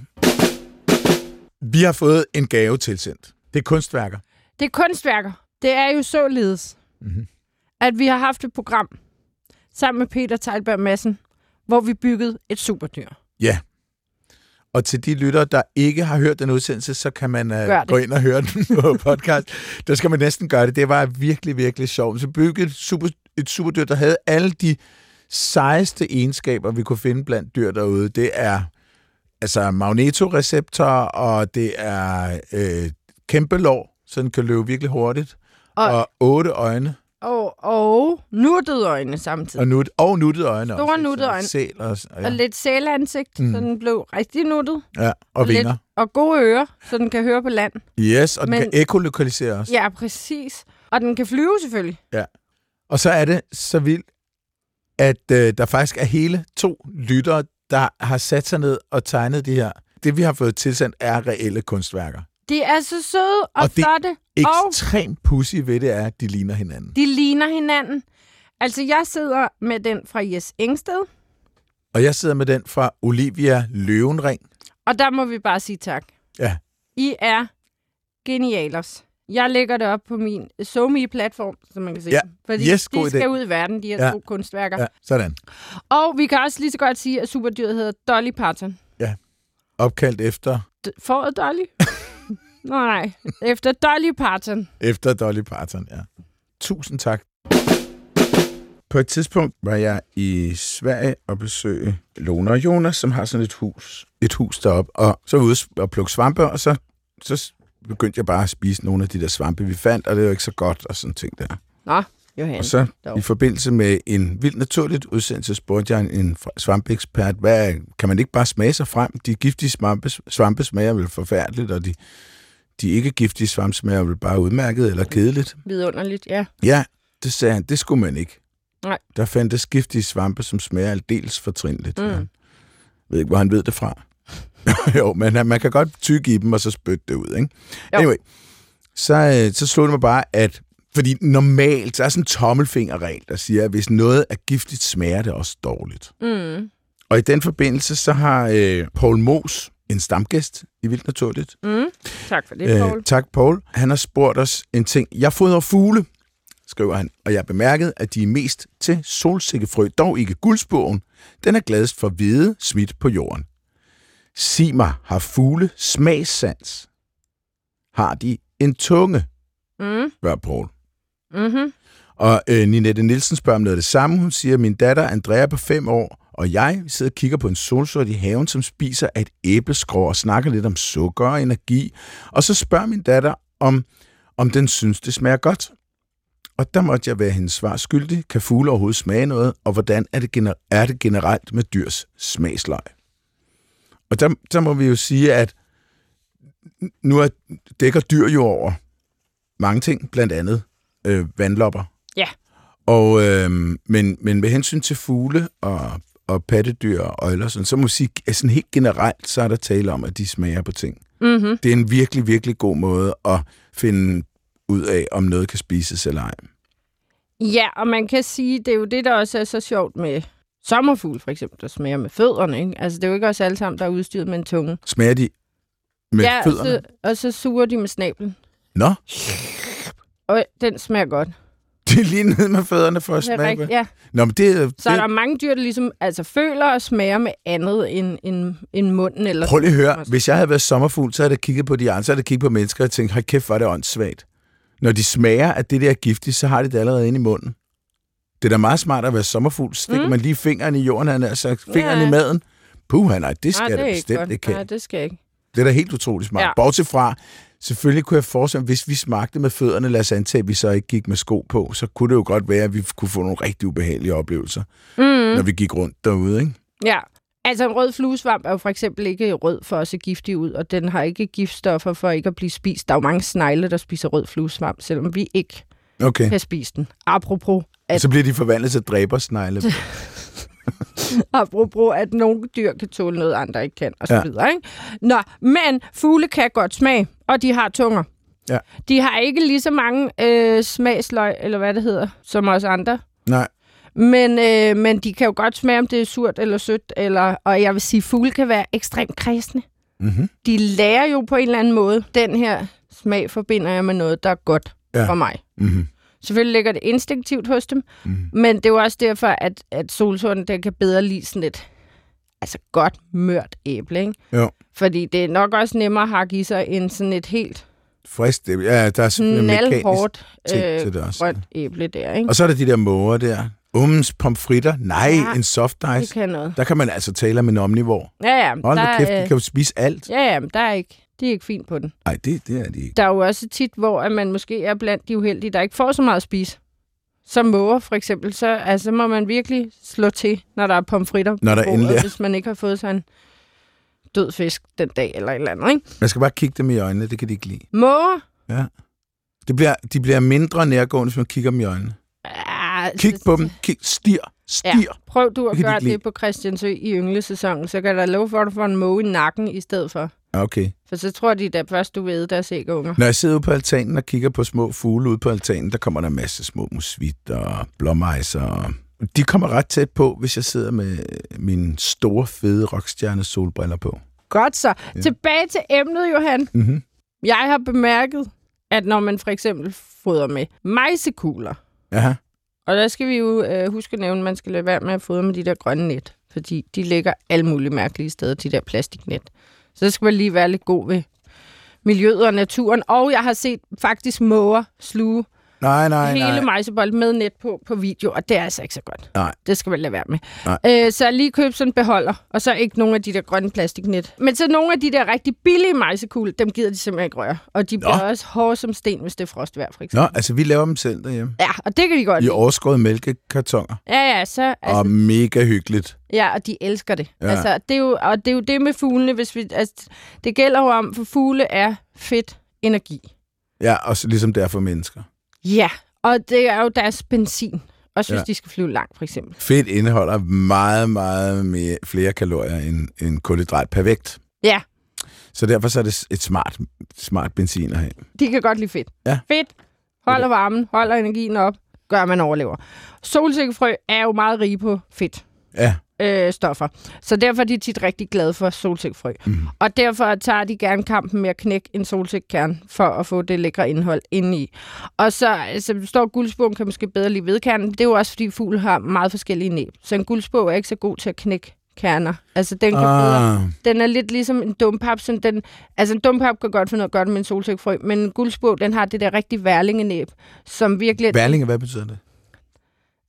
Vi har fået en gave tilsendt. Det er kunstværker. Det er kunstværker. Det er jo således, Mm-hmm. at vi har haft et program sammen med Peter Teilberg Madsen, hvor vi byggede et superdyr. Ja. Og til de lyttere, der ikke har hørt den udsendelse, så kan man uh, gå ind og høre den på podcast. Der skal man næsten gøre det. Det var virkelig, virkelig sjovt. Så byggede et, super, et superdyr, der havde alle de sejeste egenskaber, vi kunne finde blandt dyr derude. Det er altså magnetoreceptorer, og det er øh, kæmpe lår, så den kan løbe virkelig hurtigt. Og, Og- og otte øjne. Og, og nuttede øjne samtidig. Og, nut, og nuttede øjne Store også. ikke? nuttede Så øjne. Sæl og, Og ja. lidt sælansigt, Mm. så den blev rigtig nuttet. Ja, og lidt- vinger. Og gode ører, så den kan høre på land. Yes, og den Men- kan ekolokalisere os. Ja, præcis. Og den kan flyve selvfølgelig. Og så er det så vildt, at øh, der faktisk er hele to lyttere, der har sat sig ned og tegnet det her. Det, vi har fået tilsendt, er reelle kunstværker. De er så søde og, Og det- flotte, og Ekstremt pussy ved det er, at de ligner hinanden. de ligner hinanden. Altså, jeg sidder med den fra Jes Engsted, Og jeg sidder med den fra Olivia Løvenring. og der må vi bare sige tak. Ja. I er genialers. Jeg lægger det op på min SoMe-platform, som man kan se. Ja. Fordi Yes, god de skal idé. ud i verden, de her Ja. to kunstværker. Ja, sådan. Og vi kan også lige så godt sige, at superdyret hedder Dolly Parton. Opkaldt efter, D- Fåret Dolly? Nå nej, efter Dolly Parton. efter Dolly Parton, ja. Tusind tak. På et tidspunkt var jeg i Sverige og besøge Lone og Jonas, som har sådan et hus, et hus deroppe. Og så var jeg ude og plukke svampe, og så, så begyndte jeg bare at spise nogle af de der svampe, vi fandt, og det var ikke så godt, og sådan ting der. Nå, Johan. Og så dog. i forbindelse med en vildt naturligt udsendelse, spurgte jeg en svampeekspert, hvad, kan man ikke bare smage sig frem? De giftige svampe, svampe smager vel forfærdeligt, og de, de ikke giftige svampe smager vel bare udmærket eller kedeligt. Vidunderligt, ja. Ja, det sagde han, det skulle man ikke. Nej. Der fandtes giftige svampe, som smager aldeles fortrinligt. Mm. Mm. Jeg ved ikke, hvor han ved det fra. jo, men han- man kan godt tygge i dem, og så spytte det ud, ikke? Jo. Anyway, så, øh, så slog det mig bare, at fordi normalt, så er sådan en tommelfingerregel, der siger, at hvis noget er giftigt, smager det også dårligt. Mm. Og i den forbindelse, så har øh, Poul Moos, en stamgæst i Vildt Naturligt. Mm. Tak for det, Poul. Øh, tak, Poul. Han har spurgt os en ting. Jeg fodrer fugle, skriver han, og jeg har bemærket, at de er mest til solsikkefrø, dog ikke guldspurven. Den er gladest for hvide smidt på jorden. Sig mig, har fugle smagssans? Har de en tunge? Mm. Spørger Poul. Mm-hmm. Og øh, Ninette Nielsen spørger om noget af det samme. Hun siger, at min datter Andrea på fem år Og jeg sidder og kigger på en solsort i haven, som spiser af et æbleskrå og snakker lidt om sukker og energi. Og så spørger min datter, om, om den synes, det smager godt. Og der måtte jeg være hendes svar skyldig. Kan fugle overhovedet smage noget? Og hvordan er det, gener- er det generelt med dyrs smagsløg? Og der, der må vi jo sige, at nu er, dækker dyr jo over mange ting, blandt andet øh, vandlopper. Ja. Og, øh, men, men med hensyn til fugle og, og pattedyr og øjler, sådan, så må jeg sige, at sådan helt generelt, så er der tale om, at de smager på ting. Mm-hmm. Det er en virkelig, virkelig god måde at finde ud af, om noget kan spises eller ej. Ja, og man kan sige, det er jo det, der også er så sjovt med sommerfugl, for eksempel, der smager med fødderne, ikke? Altså, det er jo ikke også alle sammen, der er udstyret med en tunge. Smager de med ja, fødderne? Ja, og så suger de med snablen. Nå? Og den smager godt. Det er lige ned med fødderne for at smage med? Ja. Nå, men det, det... Så er der mange dyr, der ligesom altså, føler og smager med andet end, end, end munden. Eller prøv lige at høre. Hvis jeg havde været sommerfugl, så havde jeg kigget på de andre, så havde jeg kigget på mennesker og tænkt, hold kæft, hvor er det åndssvagt. Når de smager af det der giftigt, så har de det allerede inde i munden. Det er da meget smart at være sommerfugl. Stikker mm. man lige fingeren i jorden, han er så fingeren ja. i maden. Puh, nej, det skal nej, det da bestemt ikke, ikke Nej, det skal ikke. Det er da helt utroligt smart. Ja. Bortset fra, selvfølgelig kunne jeg forestille mig, hvis vi smagte med fødderne, lad os antage, at vi så ikke gik med sko på, så kunne det jo godt være, at vi kunne få nogle rigtig ubehagelige oplevelser, mm. når vi gik rundt derude, ikke? Ja, altså en rød fluesvamp er jo for eksempel ikke rød for at se giftig ud, og den har ikke giftstoffer for ikke at blive spist. Der er jo mange snegle, der spiser rød fluesvamp, selvom vi ikke okay. kan spise den. Apropos... At... Så bliver de forvandlet til dræbersnegle. Apropos, at nogle dyr kan tåle noget, andre ikke kan, og så ja. videre, ikke? Nå, men fugle kan godt smage, og de har tunger. Ja. De har ikke lige så mange øh, smagsløg, eller hvad det hedder, som os andre. Nej. Men, øh, men de kan jo godt smage, om det er surt eller sødt, eller, og jeg vil sige, fugle kan være ekstremt kredsende. Mm-hmm. De lærer jo på en eller anden måde. Den her smag forbinder jeg med noget, der er godt ja. for mig. Mm-hmm. Selvfølgelig ligger det instinktivt hos dem, mm. men det er jo også derfor, at, at solsorten den kan bedre lide sådan et altså godt mørt æble, ikke? Jo. Fordi det er nok også nemmere at hakke i sig end sådan et helt frisk æble. Ja, der er selvfølgelig knaldhårdt øh, til det også. grønt æble der, ikke? Og så er der de der måger der. Ums, pomfritter. Nej, ja, en soft ice. Det kan noget. Der kan man altså tale om en omnivore. Ja, ja. Hold da kæft, de kan jo spise alt. Ja, ja, men der er ikke... De er ikke fint på den. Nej, det, det er de ikke. Der er jo også tit, hvor at man måske er blandt de uheldige, der ikke får så meget at spise. Som måger, for eksempel. Så altså, må man virkelig slå til, når der er pomfritter når der på bordet, hvis man ikke har fået sig en død fisk den dag eller et eller andet, ikke? Man skal bare kigge dem i øjnene, det kan de ikke lide. Måger? Ja. Det bliver, de bliver mindre nærgående, hvis man kigger dem i øjnene. Ja, Kig så, på dem. Kig, stir. Stir. Ja, prøv du at gøre det på Christiansø i ynglesæsonen, så kan der love for, at du får en måge i nakken i stedet for. Okay. For så tror de da først, du ved, deres ægunger. Når jeg sidder ude på altanen og kigger på små fugle ude på altanen, der kommer der en masse små musvit og blåmejser. De kommer ret tæt på, hvis jeg sidder med min store, fede rockstjerne solbriller på. Godt så. Ja. Tilbage til emnet, Johan. Mm-hmm. Jeg har bemærket, at når man for eksempel fodrer med mejsekugler, aha. Og der skal vi jo øh, huske at nævne, at man skal lade være med at fodre med de der grønne net, fordi de ligger alle mulige mærkelige steder, de der plastiknet. Så det skal man lige være lidt god ved miljøet og naturen. Og jeg har set faktisk måger sluge nej, nej, hele nej. mejsebold med net på, på video, og det er altså ikke så godt. Nej. Det skal man lade være med. Øh, så lige køb sådan en beholder, og så ikke nogen af de der grønne plastiknet. Men så nogle af de der rigtig billige mejsekugler, dem gider de simpelthen ikke røre. Og de bliver Nå. også hårde som sten, hvis det er frostvejr, for eksempel. Nå, altså vi laver dem selv derhjemme. Ja, og det kan de godt lide. I overskåret mælkekartoner. Ja, ja, så... Altså, og mega hyggeligt. Ja, og de elsker det. Ja. Altså, det er jo, og det er jo det med fuglene, hvis vi... Altså, det gælder jo om, for fugle er fedt energi. Ja, og så ligesom det er for mennesker. Ja, og det er jo deres benzin. Også hvis ja. de skal flyve langt, for eksempel. Fedt indeholder meget, meget mere, flere kalorier end, end kulhydrat per vægt. Ja. Så derfor så er det et smart, smart benzin at have. De kan godt lide fedt. Ja. Fedt. Holder varmen, holder energien op, gør man overlever. Solsikkefrø er jo meget rige på fedt. Ja. Øh, stoffer. Så derfor er de tit rigtig glade for solsikkefrø. Mm. Og derfor tager de gerne kampen med at knække en solsikkekern for at få det lækre indhold indeni. Og så altså, står guldspåen kan måske bedre lide vedkernen. Det er jo også, fordi fugle har meget forskellige næb. Så en guldspå er ikke så god til at knække kerner. Altså, den kan ah. bedre. Den er lidt ligesom en dumpap. Den, altså, en dumpap kan godt finde noget godt med en solsikkefrø, men en guldspå, den har det der rigtig værlingenæb, som virkelig... Værlinge, hvad betyder det?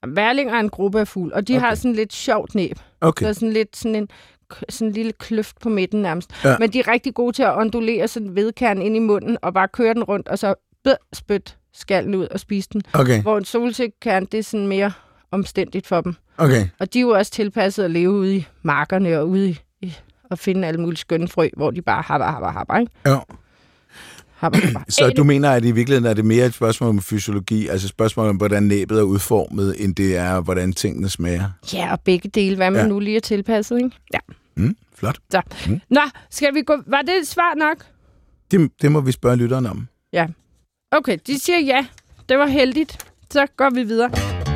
Værlinger er en gruppe af fugle, og de okay. har sådan lidt sjovt næb. Okay. Så sådan lidt sådan en, sådan en lille kløft på midten nærmest. Ja. Men de er rigtig gode til at ondulere sådan vedkernen ind i munden, og bare køre den rundt, og så bød, spyt skallen ud og spise den. Okay. Hvor en solsikkekern, det er sådan mere omstændigt for dem. Okay. Og de er jo også tilpasset at leve ude i markerne og ude i, i og finde alle mulige skønne frø, hvor de bare happer, happer, happer, ikke? Ja. Happer, happer. Så du mener, at i virkeligheden er det mere et spørgsmål om fysiologi, altså et spørgsmål om, hvordan næbet er udformet, end det er, hvordan tingene smager? Ja, og begge dele, hvad man ja. nu lige er tilpasset, ikke? Ja. Mm, flot. Så. Mm. Nå, skal vi gå... Var det et svar nok? Det, det må vi spørge lytteren om. Ja. Okay, de siger ja. Det var heldigt. Så går vi videre.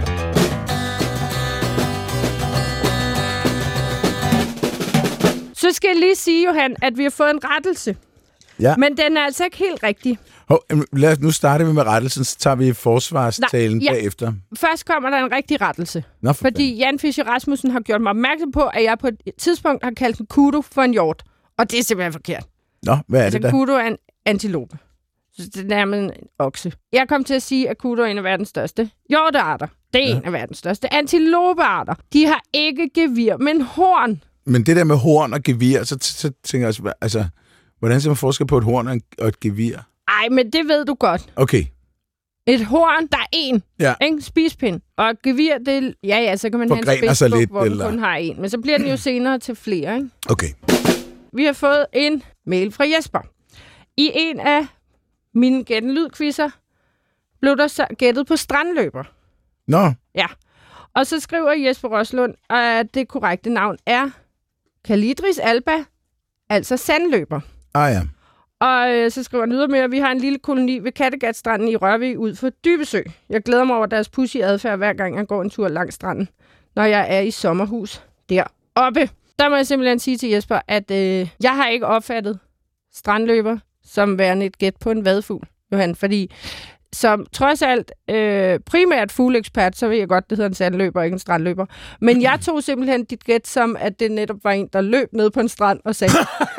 Så skal jeg lige sige, Johan, at vi har fået en rettelse. Ja. Men den er altså ikke helt rigtig. Hov, lad os, nu starter vi med rettelsen, så tager vi forsvarstalen Nej, ja. bagefter. Først kommer der en rigtig rettelse. Nå, for fordi Jan Fischer Rasmussen har gjort mig opmærksom på, at jeg på et tidspunkt har kaldt en kudu for en hjort. Og det er simpelthen forkert. Nå, hvad er altså, det da? Kudu er en antilope. Så det er nærmest en okse. Jeg kom til at sige, at kudu er en af verdens største hjortearter. Det er ja. en af verdens største antilopearter. De har ikke gevir, men horn. Men det der med horn og gevir, så, så tænker jeg også, altså, hvordan ser man forskel på et horn og et gevir? Ej, men det ved du godt. Okay. Et horn, der er en. Ja. En spispind. Og et gevir, det er... Ja, ja, så kan man Forgrener have en sig spidsbuk, lidt, hvor eller... du kun har en. Men så bliver den jo senere til flere, ikke? Okay. Vi har fået en mail fra Jesper. I en af mine gættelydquizzer blev der så gættet på strandløber. Nå. Ja. Og så skriver Jesper Roslund, at det korrekte navn er Calidris alba, altså sandløber. Ah ja. Og øh, så skriver han ydermere, at vi har en lille koloni ved Kattegatstranden i Rørvig ud for Dybesø. Jeg glæder mig over deres pussy adfærd, hver gang jeg går en tur langs stranden, når jeg er i sommerhus deroppe. Der må jeg simpelthen sige til Jesper, at øh, jeg har ikke opfattet strandløber som værende et gæt på en vadefugl, Johan, fordi som trods alt øh, primært fugleekspert, så ved jeg godt, det hedder en sandløber, ikke en strandløber. Men jeg tog simpelthen dit gæt som, at det netop var en, der løb ned på en strand og sagde...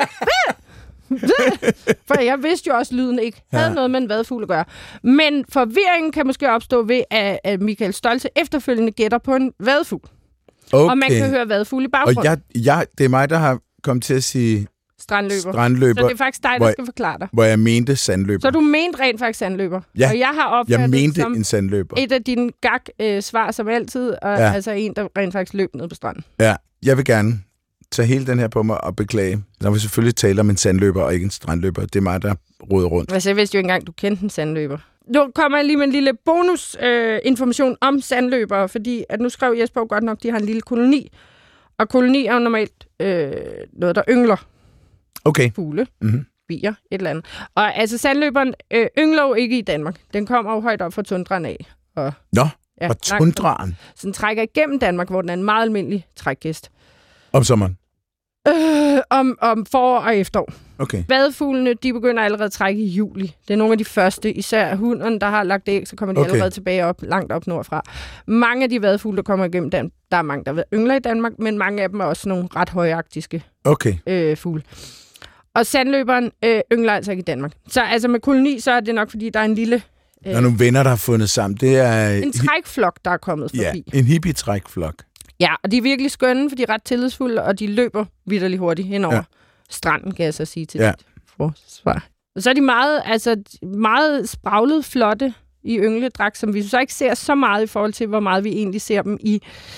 For jeg vidste jo også, at lyden ikke havde ja. noget med en vadefugl at gøre. Men forvirringen kan måske opstå ved, at Michael Stolte efterfølgende gætter på en vadefugl. Okay. Og man kan høre vadefugl i baggrunden. Og jeg, jeg, det er mig, der har kommet til at sige strandløber. strandløber. Så det er faktisk dig, der skal forklare dig. Hvor jeg mente sandløber. Så du mente rent faktisk sandløber. Ja, og jeg har opfattet jeg mente som en sandløber. Et af dine gag-svar som altid, og ja. altså en, der rent faktisk løb ned på stranden. Ja, jeg vil gerne tage hele den her på mig og beklage. Der vil selvfølgelig tale om en sandløber og ikke en strandløber. Det er mig, der råder rundt. Altså, jeg vidste jo ikke engang, du kendte en sandløber. Nu kommer jeg lige med en lille bonusinformation øh, om sandløbere, fordi at nu skrev Jesper jo godt nok, at de har en lille koloni. Og koloni er jo normalt øh, noget, der yngler. Okay. Fugle, mm-hmm. bier, et eller andet. Og altså, sandløberen øh, yngler jo ikke i Danmark. Den kommer jo højt op fra tundraen af. Og, Nå, ja, og tundraen? Så den trækker igennem Danmark, hvor den er en meget almindelig trækgæst. Om sommeren? Øh, om, om forår og efterår. Okay. Vadefuglene, de begynder allerede at trække i juli. Det er nogle af de første, især hunderne, der har lagt æg, så kommer de okay. allerede tilbage op, langt op nordfra. Mange af de vadefugle, der kommer igennem Dan- der er mange, der yngler i Danmark, men mange af dem er også nogle ret højagtiske okay. øh, fugle. Og sandløberen øh, yngler altså ikke i Danmark. Så altså med koloni, så er det nok, fordi der er en lille... Øh, der er nogle venner, der har fundet sammen. Det er... En trækflok, der er kommet forbi. Ja, en hippie-trækflok. Ja, og de er virkelig skønne, for de er ret tillidsfulde, og de løber vitterligt hurtigt henover ja. stranden, kan jeg så sige til ja. dit forsvar. Og så er de meget, altså, meget spraglet, flotte i yngledragt, som vi så ikke ser så meget i forhold til, hvor meget vi egentlig ser dem i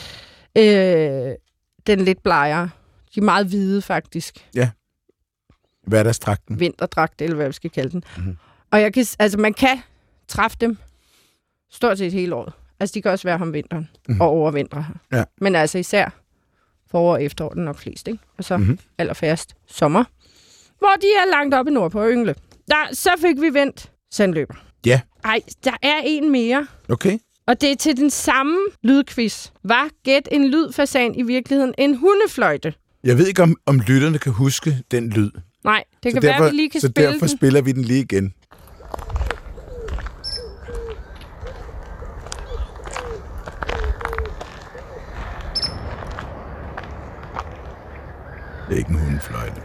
øh, den lidt blegere. De er meget hvide, faktisk. Ja. Hverdagsdragten. Vinterdragt, eller hvad vi skal kalde den. Mm-hmm. Og jeg kan, altså, man kan træffe dem stort set hele året. Altså, de kan også være her om vinteren mm-hmm. og overvintre her. Ja. Men altså især forår og efterår, den nok flest, ikke? Og så mm-hmm. allerfærst sommer, hvor de er langt oppe i nord på yngle. Der, så fik vi vendt sandløber. Ja. Ej, der er en mere. Okay. Og det er til den samme lydquiz. Var gæt en lydfasan i virkeligheden en hundefløjte? Jeg ved ikke, om, om lytterne kan huske den lyd. Nej, det så kan derfor, være, vi lige kan så spille derfor den. spiller vi den lige igen. Det er ikke en hundefløjte.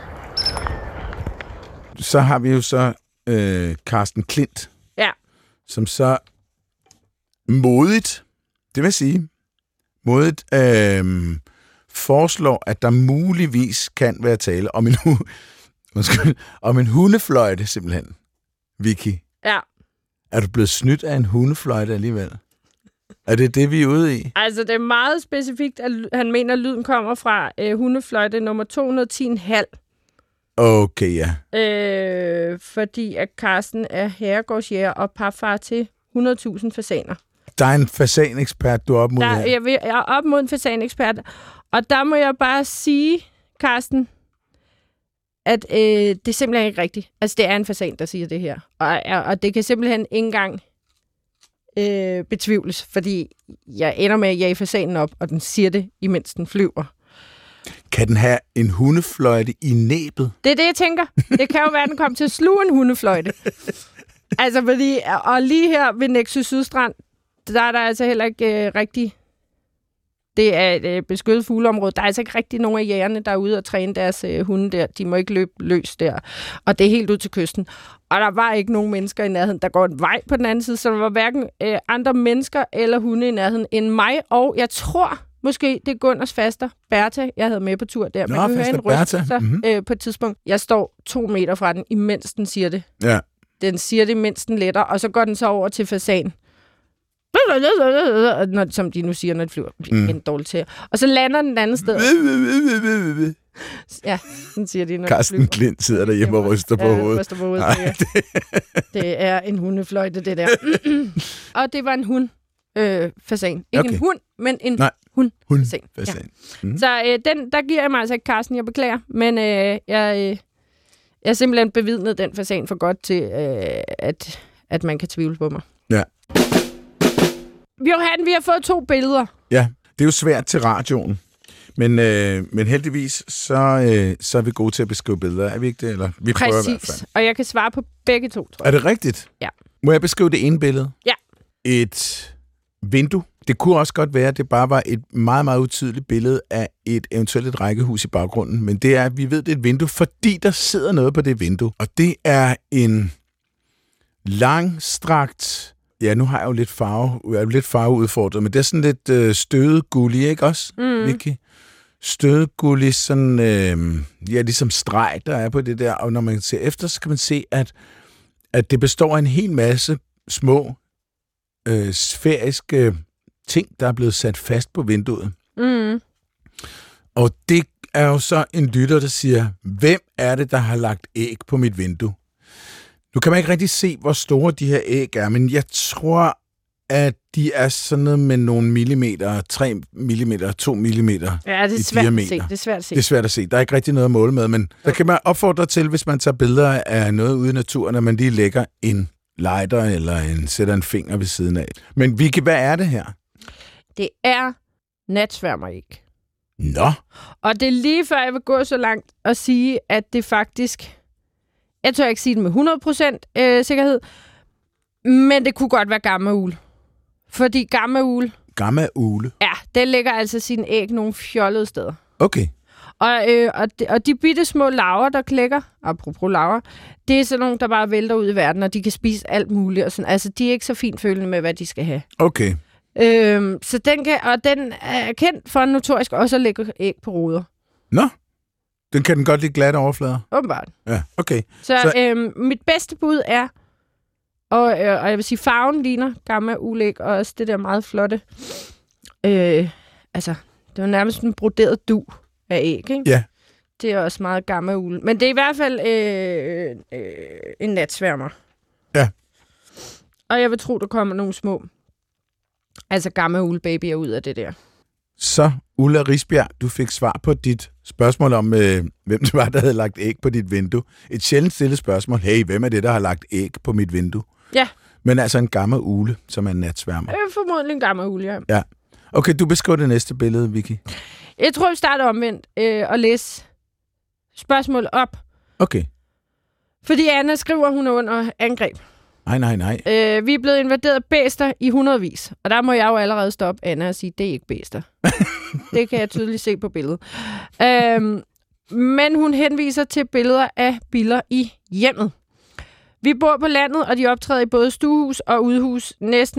Så har vi jo så øh, Carsten Klint, ja. som så modigt det vil sige, modet øh, foreslår, at der muligvis kan være tale om en, hu- Undskyld, om en hundefløjte, simpelthen. Vicky. Ja. Er du blevet snydt af en hundefløjte alligevel? Er det det, vi er ude i? Altså, det er meget specifikt, at han mener, at lyden kommer fra øh, hundefløjte nummer to hundrede og ti komma fem. Okay, ja. Øh, fordi at Carsten er herregårdsjæger og papfar til hundrede tusind fasaner. Der er en fasanekspert, du er op mod der, her. jeg, vil, jeg er op mod en fasanekspert. Og der må jeg bare sige, Carsten, at øh, det er simpelthen ikke rigtigt. Altså, det er en fasan, der siger det her. Og, og det kan simpelthen ikke engang øh, betvivles, fordi jeg ender med at jage fasanen op, og den siger det, imens den flyver. Kan den have en hundefløjte i næbet? Det er det, jeg tænker. Det kan jo være, at den kommer til at sluge en hundefløjte. Altså, fordi, og lige her ved Nexø Sydstrand, der er der altså heller ikke øh, rigtig... Det er et øh, beskyttet fugleområde. Der er altså ikke rigtig nogen af jægerne, der er ude og træne deres øh, hunde der. De må ikke løbe løs der. Og det er helt ud til kysten. Og der var ikke nogen mennesker i nærheden. Der går en vej på den anden side, så der var hverken øh, andre mennesker eller hunde i nærheden end mig. Og jeg tror måske, det er Gunners faster, Bertha, jeg havde med på tur der. Nå, Man kan høre en Bertha. ryst Mm-hmm. øh, på et tidspunkt. Jeg står to meter fra den, imens den siger det. Ja. Den siger det, mens den letter, og så går den så over til fasan. Når, som de nu siger, når det flyver. Mm. En dårlig til. Og så lander den et andet sted. Ja, den siger de, når Carsten Klint sidder derhjemme og ryster på ja, hovedet. Ryster på hovedet. Ej, det... det er en hundefløjte, det der. Og det var en hund. Øh, fasan. Ikke okay. en hund, men en Nej. hund. Hund. Fasan. Fasan. Ja. Mm. Så øh, den, der giver jeg mig altså ikke Carsten, jeg beklager. Men øh, jeg, øh, jeg er simpelthen bevidnet den fasan for godt til, øh, at, at man kan tvivle på mig. Ja. Johan, vi har fået to billeder. Ja, det er jo svært til radioen. Men, øh, men heldigvis, så, øh, så er vi gode til at beskrive billeder. Er vi ikke det? Eller, vi Præcis. prøver i hvert fald. Og jeg kan svare på begge to, tror jeg. Er det rigtigt? Ja. Må jeg beskrive det ene billede? Ja. Et vindue. Det kunne også godt være, at det bare var et meget, meget utydeligt billede af et eventuelt et rækkehus i baggrunden. Men det er, at vi ved, det er et vindue, fordi der sidder noget på det vindue. Og det er en langstrakt... Ja, nu har jeg jo lidt farve, jeg er jo lidt farveudfordret, men det er sådan lidt øh, stødet gullig, ikke også, Mm. Vicky? Stødet gullig, sådan, øh, ja, ligesom streg, der er på det der. Og når man ser efter, så kan man se, at, at det består af en hel masse små øh, sfæriske ting, der er blevet sat fast på vinduet. Mm. Og det er jo så en lytter, der siger, hvem er det, der har lagt æg på mit vindue? Nu kan man ikke rigtig se, hvor store de her æg er, men jeg tror, at de er sådan noget med nogle millimeter, tre millimeter, to millimeter Ja, det er i svært diameter. at se. Det er svært at se. Det er svært at se. Der er ikke rigtig noget at måle med, men der kan man opfordre til, hvis man tager billeder af noget ude i naturen, at man lige lægger en lighter eller en, sætter en finger ved siden af. Men Vicky, hvad er det her? Det er natsværmeræg. Nå. Og det er lige før, jeg vil gå så langt og sige, at det faktisk... Jeg tør ikke sige det med hundrede procent øh, sikkerhed, men det kunne godt være gammaugle. Fordi gammaugle... Gammaugle? Ja, den lægger altså sine æg nogle fjollede steder. Okay. Og, øh, og, de, og de bitte små larver, der klækker, apropos larver, det er sådan nogle, der bare vælter ud i verden, og de kan spise alt muligt. Og sådan. Altså, de er ikke så fint følende med, hvad de skal have. Okay. Øhm, så den kan, og den er kendt for notorisk også at lægge æg på ruder. Nå. Den kan den godt lide glatte overflader? Åbenbart. Ja, okay. Så, så... Øhm, mit bedste bud er, og, øh, og jeg vil sige, farven ligner gammaulæg, og også det der meget flotte. Øh, altså, det var nærmest en broderet du af æg, ikke? Ja. Det er også meget gammaugle. Men det er i hvert fald øh, øh, en natsværmer. Ja. Og jeg vil tro, der kommer nogle små, altså gammaugle-babyer ud af det der. Så, Ulla Risbjerg, du fik svar på dit spørgsmål om, øh, hvem det var, der havde lagt æg på dit vindue. Et sjældent stillet spørgsmål. Hey, hvem er det, der har lagt æg på mit vindue? Ja. Men altså en gammel ule, som er en natsværmer. Øh, formodentlig en gammaugle, ja. Ja. Okay, du beskriver det næste billede, Vicky. Jeg tror, vi starter omvendt øh, og læse spørgsmål op. Okay. Fordi Anna skriver, hun er under angreb. Nej, nej, nej. Øh, vi er blevet invaderet af bæster i hundredvis. Og der må jeg jo allerede stoppe Anna og sige, det er ikke bæster. Det kan jeg tydeligt se på billedet. Øhm, men hun henviser til billeder af biller i hjemmet. Vi bor på landet, og de optræder i både stuehus og udehus næsten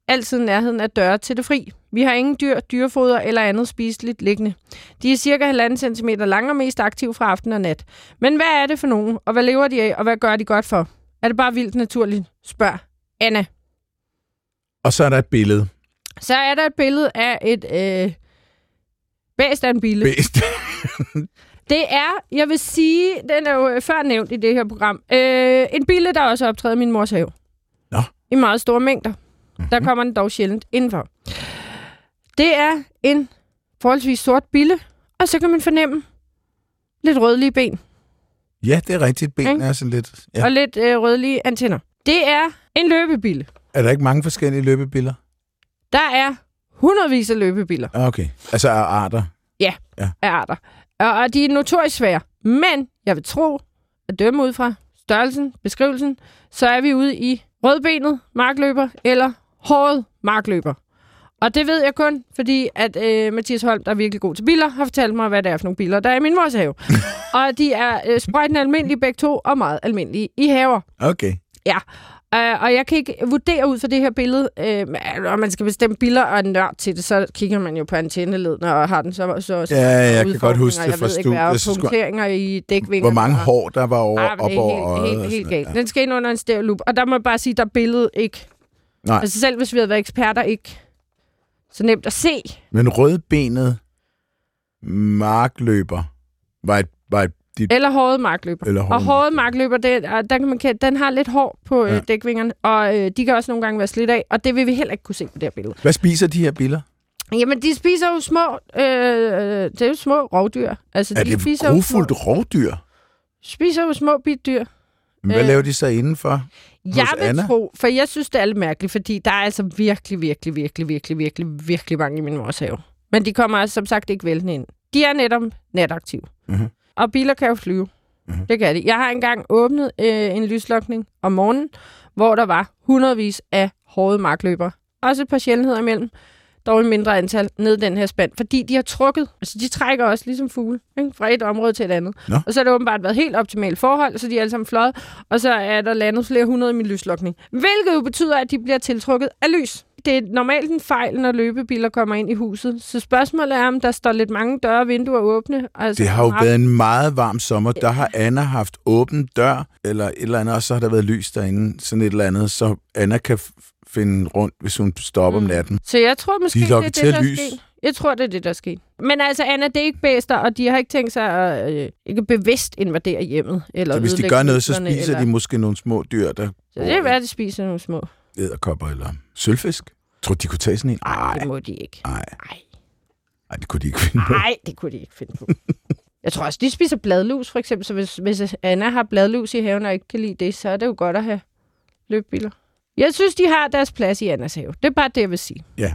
altid nærheden af døre til det fri. Vi har ingen dyr, dyrefoder eller andet spiseligt liggende. De er cirka halvanden centimeter lange og mest aktive fra aften og nat. Men hvad er det for nogen, og hvad lever de af, og hvad gør de godt for? Er det bare vildt naturligt? Spørg Anna. Og så er der et billede. Så er der et billede af et øh, bæst af en bille. Bæst. Det er, jeg vil sige, den er jo før nævnt i det her program, øh, en bille, der også optræder i min mors have. Nå. I meget store mængder. Mm-hmm. Der kommer den dog sjældent indenfor. Det er en forholdsvis sort bille, og så kan man fornemme lidt rødlige ben. Ja, det er rigtigt. Benene okay. er sådan lidt... Ja. Og lidt øh, rødlige antenner. Det er en løbebille. Er der ikke mange forskellige løbebiller? Der er hundredvis af løbebiller. Okay, altså af arter? Ja, ja. af arter. Og, og de er notorisk svære. Men jeg vil tro, at dømme ud fra størrelsen, beskrivelsen, så er vi ude i rødbenet markløber eller håret markløber. Og det ved jeg kun, fordi at øh, Mathias Holm, der er virkelig god til biler, har fortalt mig, hvad det er for nogle biler, der er i min mors have. Og de er øh, sprøjtende almindelige begge to, og meget almindelige i haver. Okay. Ja, øh, og jeg kan ikke vurdere ud fra det her billede, øh, når man skal bestemme billeder og en nørd til det, så kigger man jo på antenneledene og har den så... så, så ja, jeg kan godt huske det fra studiet. Jeg ved ikke, hvad punkteringer i dækvinger. Hvor mange hår der var over, ah, op over øjet. Helt, helt, helt galt. Ja. Den skal ind under en stereolup, og der må jeg bare sige, der er billedet ikke... Nej. Altså selv hvis vi havde været eksperter, ikke så nemt at se. Men rødbenet markløber var et... Var et dit... Eller håret markløber. Eller håret og håret markløber, det, der kan man, den har lidt hår på ja. øh, dækvingerne, og øh, de kan også nogle gange være slidt af, og det vil vi heller ikke kunne se på det her billede. Hvad spiser de her biller? Jamen, de spiser jo små... Øh, det er jo små rovdyr. Altså, er de det spiser grufuldt små, rovdyr? Spiser jo små bitdyr. Hvad øh, laver de så indenfor? Jeg vil Anna? tro, for jeg synes, det er lidt mærkeligt, fordi der er altså virkelig, virkelig, virkelig, virkelig, virkelig, virkelig mange i min mors have. Men de kommer altså, som sagt, ikke væltende ind. De er netop nataktive. Mm-hmm. Og biler kan jo flyve. Mm-hmm. Det kan de. Jeg har engang åbnet øh, en lyslokning om morgenen, hvor der var hundredvis af hårde markløber. Også et par sjældenheder imellem. Dog et mindre antal ned den her spand, fordi de har trukket. Altså, de trækker også ligesom fugle, ikke? Fra et område til et andet. Nå. Og så har det åbenbart været helt optimalt forhold, så de er alle sammen fløjet, og så er der landet flere hundrede i min lyslokning. Hvilket jo betyder, at de bliver tiltrukket af lys. Det er normalt en fejl, når løbebiler kommer ind i huset. Så spørgsmålet er, om der står lidt mange døre og vinduer åbne. Altså, det har jo været en meget varm sommer. Der har Anna haft åben dør, eller et eller andet, og så har der været lys derinde, sådan et eller andet, så Anna kan finde rundt, hvis hun stopper mm. om natten. Så jeg tror måske, de det er det, der lys. er sket. Jeg tror, det er det, der er sket. Men altså, Anna, det er ikke bæster, og de har ikke tænkt sig at øh, ikke bevidst invadere hjemmet. Eller så hvis de gør noget, så spiser eller... de måske nogle små dyr, der... Så det er værd, at de spiser nogle små. Edderkopper eller sølvfisk. Tror de kunne tage sådan en? Nej, det må de ikke. Nej. Nej, det kunne de ikke finde på. Nej, det kunne de ikke finde på. Jeg tror også, de spiser bladlus, for eksempel. Så hvis, hvis Anna har bladlus i haven og ikke kan lide det, så er det jo godt at have løbbiler. Jeg synes, de har deres plads i Annas have. Det er bare det, jeg vil sige. Ja.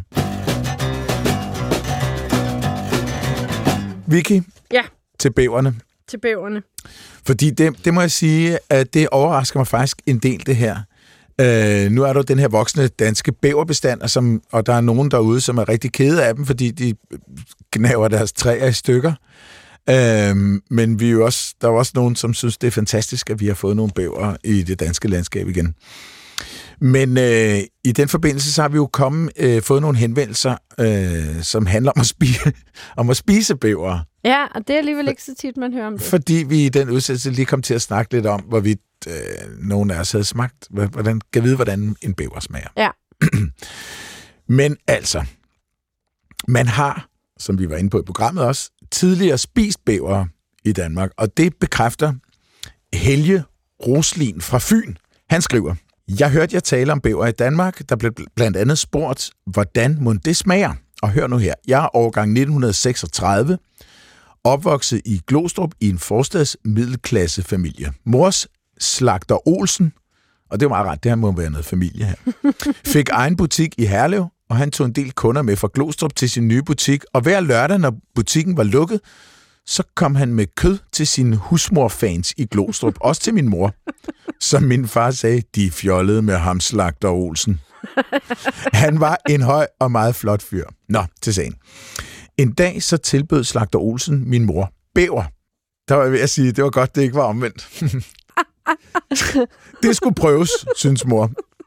Vicky, ja. til bæverne. Til bæverne. Fordi det, det må jeg sige, at det overrasker mig faktisk en del, det her. Uh, nu er der den her voksne danske bæverbestand, og, som, og der er nogen derude, som er rigtig kede af dem, fordi de gnaver deres træer i stykker. Uh, men vi er jo også, der er også nogen, som synes, det er fantastisk, at vi har fået nogle bæver i det danske landskab igen. Men øh, i den forbindelse, så har vi jo kommet, øh, fået nogle henvendelser, øh, som handler om at, spise, om at spise bæver. Ja, og det er alligevel ikke så tit, man hører om det. Fordi vi i den udsættelse lige kom til at snakke lidt om, hvorvidt øh, nogen af os havde smagt, hvordan, kan vide, hvordan en bæver smager. Ja. Men altså, man har, som vi var inde på i programmet også, tidligere spist bæver i Danmark, og det bekræfter Helge Roslin fra Fyn. Han skriver: Jeg hørte jer tale om bæver i Danmark, der blev blandt andet spurgt, hvordan må det smager? Og hør nu her, jeg er årgang nitten seksogtredive, opvokset i Glostrup i en forstads middelklassefamilie. Mors slagter Olsen, og det er meget ret, det her må være noget familie her, fik egen butik i Herlev, og han tog en del kunder med fra Glostrup til sin nye butik, og hver lørdag, når butikken var lukket, så kom han med kød til sine husmorfans i Glostrup, også til min mor. Som min far sagde, de fjollede med ham, slagter Olsen. Han var en høj og meget flot fyr. Nå, til sagen. En dag så tilbød slagter Olsen min mor bæver. Der var jeg ved at sige, det var godt, det ikke var omvendt. Det skulle prøves, synes mor.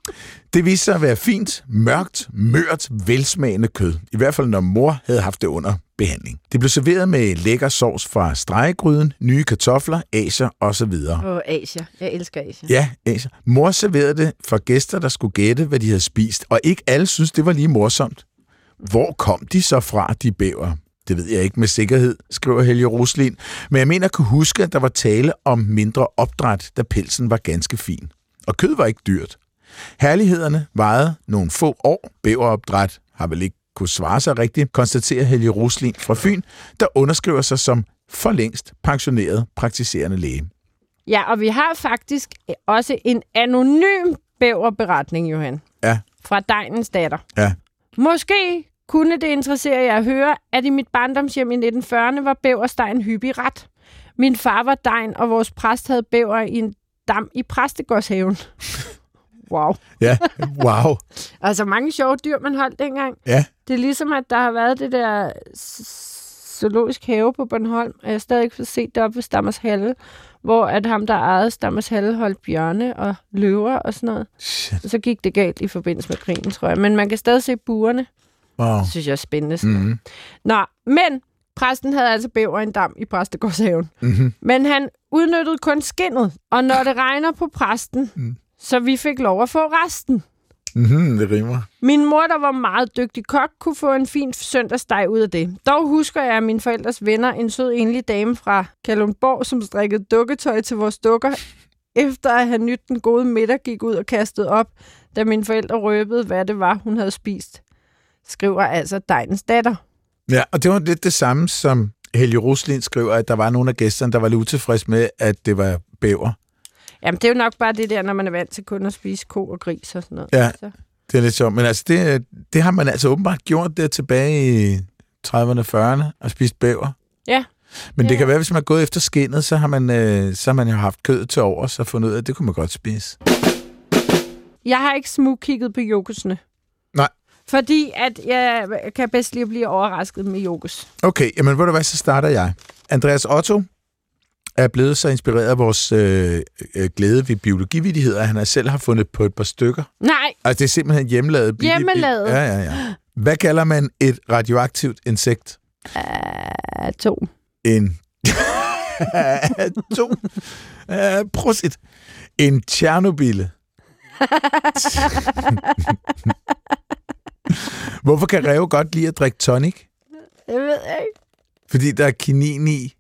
Det viste sig at være fint, mørkt, mørt, velsmagende kød. I hvert fald når mor havde haft det under behandling. Det blev serveret med lækker sovs fra stegegryden, nye kartofler, asier osv. Åh, oh, asier. Jeg elsker asier. Ja, asier. Mor serverede det for gæster, der skulle gætte, hvad de havde spist, og ikke alle synes det var lige morsomt. Hvor kom de så fra, de bæver? Det ved jeg ikke med sikkerhed, skriver Helge Roslin, men jeg mener at kunne huske, at der var tale om mindre opdræt, da pelsen var ganske fin. Og kød var ikke dyrt. Herlighederne varede nogle få år. Bæveropdræt har vel ikke kunne svare sig rigtigt, konstaterer Helge Roslin fra Fyn, der underskriver sig som for længst pensioneret praktiserende læge. Ja, og vi har faktisk også en anonym bæverberetning, Johan. Ja. Fra Degnens datter. Ja. Måske kunne det interessere jer at høre, at i mit barndomshjem i nitten fyrrerne var bæversteg en hyppig ret. Min far var degn, og vores præst havde bæver i en dam i præstegårdshaven. Wow. Ja, wow. Altså mange sjove dyr, man holdt dengang. Ja. Det er ligesom, at der har været det der zoologisk have på Bornholm, og jeg har stadig ikke set det op ved Stammers Halle, hvor at ham, der ejede Stammers Halle, holdt bjørne og løver og sådan noget. Shit. Og så gik det galt i forbindelse med krigen, tror jeg. Men man kan stadig se burerne. Wow. Det synes jeg er spændende. Mm-hmm. Nå, men præsten havde altså bæver i en dam i præstegårdshaven. Mm-hmm. Men han udnyttede kun skindet, og når det regner på præsten, mm. så vi fik lov at få resten. Mm-hmm, det rimer. Min mor, der var meget dygtig kok, kunne få en fin søndagsdej ud af det. Dog husker jeg af mine forældres venner en sød enlig dame fra Kalundborg, som strikkede dukketøj til vores dukker, efter at have nydt den gode middag, gik ud og kastede op, da mine forældre røbede, hvad det var, hun havde spist. Skriver altså Degnens datter. Ja, og det var lidt det samme, som Helge Roslin skriver, at der var nogle af gæsterne, der var lidt utilfredse med, at det var bæver. Jamen, det er jo nok bare det der, når man er vant til kun at spise ko og gris og sådan noget. Ja, så. Det er lidt sjovt. Men altså, det, det har man altså åbenbart gjort der tilbage i trediverne og fyrrerne og spist bæver. Ja. Men ja. Det kan være, hvis man er gået efter skindet, så har man, øh, så har man jo haft kød til over, så fundet ud af, at det kunne man godt spise. Jeg har ikke smugkigget på yoghurtsene. Nej. Fordi at jeg kan bedst lige at blive overrasket med yoghurt. Okay, jamen ved du hvad, så starter jeg. Andreas Otto er blevet så inspireret af vores øh, øh, glæde ved biologividigheder, at han har selv har fundet på et par stykker. Nej. Altså det er simpelthen hjemmelavet. Hjemmelavet? Ja, ja, ja. Hvad kalder man et radioaktivt insekt? Atom. En... Atom. Uh, prosit. En Tjernobyl. Hvorfor kan ræve godt lide at drikke tonic? Jeg ved ikke. Fordi der er kinin i.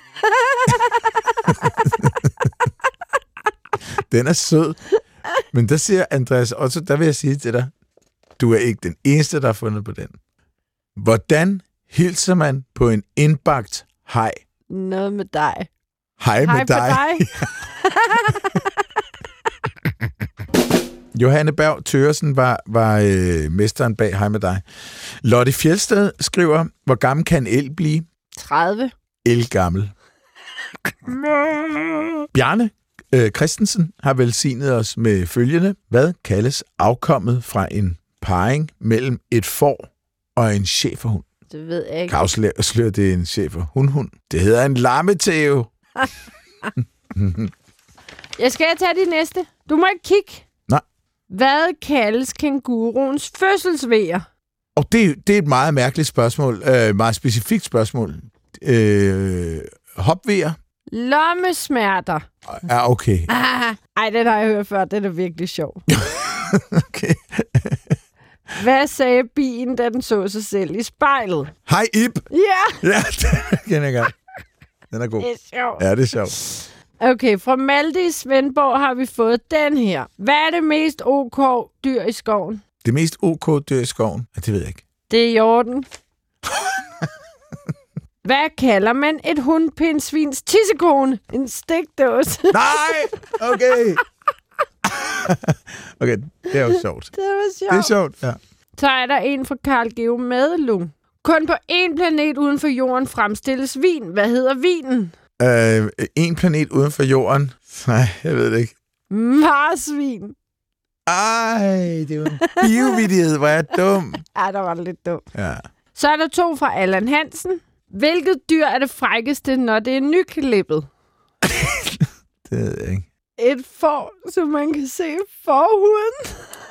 Den er sød. Men der siger Andreas Otto, der vil jeg sige til dig, du er ikke den eneste, der har fundet på den. Hvordan hilser man på en indbagt haj? Noget med dig. Hej med Hej dig. dig. Johanne Berg Thøgersen var, var øh, mesteren bag Hej med dig. Lotte Fjeldsted skriver, hvor gammel kan en el blive? tredive. Elgammel. Bjarne øh, Christensen har velsignet os med følgende. Hvad kaldes afkommet fra en parring mellem et får og en schæferhund? Det ved jeg ikke. Kan afsløre, det er en schæferhund-hund. Det hedder en lammetæve. Jeg skal tage de næste. Du må ikke kigge. Nej. Hvad kaldes kænguruens fødselsvejer? Og det, det er et meget mærkeligt spørgsmål. Øh, meget specifikt spørgsmål. Øh, hopvejer? Lommesmerter. Ja, okay. Ah, ej, den har jeg hørt før. Den er virkelig sjov. Okay. Hvad sagde bien, da den så sig selv i spejlet? Hej, Ib. Ja. Ja, den kender jeg godt. Den er god. Det er sjovt. Ja, det er sjovt. Okay, fra Malte i Svendborg har vi fået den her. Hvad er det mest ok dyr i skoven? Det mest ok dyr i skoven? Ja, det ved jeg ikke. Det er hjorten. Hvad kalder man et hundpindsvins tissekone? En stikdåse. Nej! Okay. Okay, det er jo sjovt. Det var sjovt. Det er sjovt, ja. Så er der en fra Carl Geo Madelung. Kun på én planet uden for jorden fremstilles vin. Hvad hedder vinen? Øh, en planet uden for jorden? Nej, jeg ved det ikke. Marsvin. Ej, det var en biovidighed, hvor jeg er dum. Ja, der var det lidt dumt. Ja. Så er der to fra Allan Hansen. Hvilket dyr er det frækkeste, når det er nyklippet? Det ved jeg ikke. Et får, så man kan se forhuden.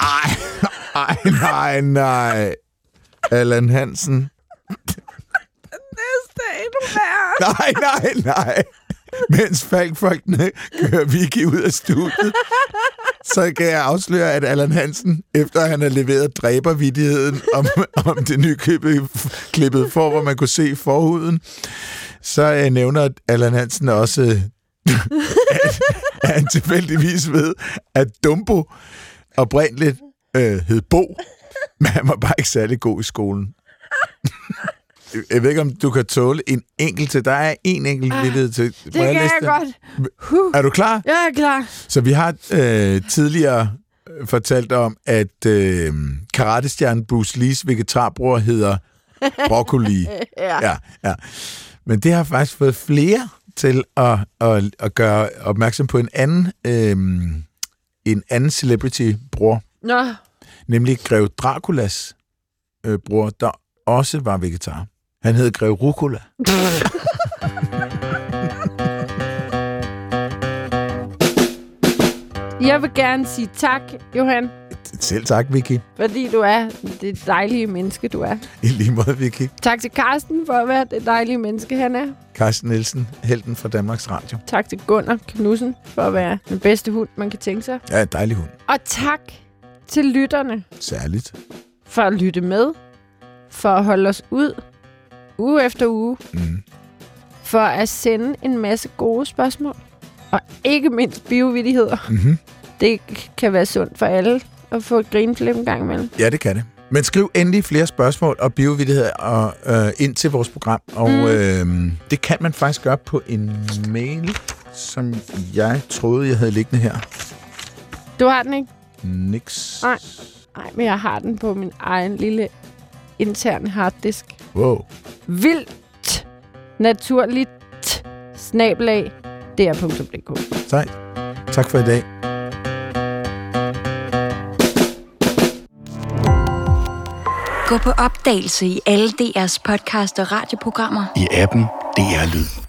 Ej, ej, nej, nej. Allan Hansen. Næste er endnu værre. Nej, nej, nej. Mens Falkfolkene kører Vicky ud af studiet, så kan jeg afsløre, at Allan Hansen, efter han har leveret dræbervittigheden om, om det nyklippede klippede for, hvor man kunne se forhuden, så uh, nævner Allan Hansen også, at, at han tilfældigvis ved, at Dumbo oprindeligt øh, hed Bo, men han var bare ikke særlig god i skolen. Jeg ved ikke, om du kan tåle en enkelt til. Der er en enkelt ah, vittighed til. Det kan jeg, jeg godt. Huh. Er du klar? Jeg er klar. Så vi har øh, tidligere fortalt om, at øh, karatestjernen Bruce Lees vegetarbror hedder broccoli. ja. Ja, ja. Men det har faktisk fået flere til at, at, at gøre opmærksom på en anden, øh, en anden celebrity-bror. Nå. Nemlig Grev Draculas øh, bror, der også var vegetar. Han hed Grev Rucola. Jeg vil gerne sige tak, Johan. Selv tak, Vicky. Fordi du er det dejlige menneske, du er. I lige måde, Vicky. Tak til Carsten for at være det dejlige menneske, han er. Carsten Nielsen, helten fra Danmarks Radio. Tak til Gunnar Knudsen for at være den bedste hund, man kan tænke sig. Ja, dejlig hund. Og tak til lytterne. Særligt. For at lytte med. For at holde os ud uge efter uge. Mm. For at sende en masse gode spørgsmål. Og ikke mindst biovittigheder. Mm-hmm. Det kan være sundt for alle at få et grinflip en gang imellem. Ja, det kan det. Men skriv endelig flere spørgsmål og biovittigheder og, øh, ind til vores program. Og mm. øh, det kan man faktisk gøre på en mail, som jeg troede, jeg havde liggende her. Du har den ikke? Niks. Nej. Nej, men jeg har den på min egen lille interne harddisk. Wow. Vildt naturligt snabelag d r punktum d k. Sejt. Tak for i dag. Gå på opdagelse i alle D R's podcast og radioprogrammer. I appen D R Lyd.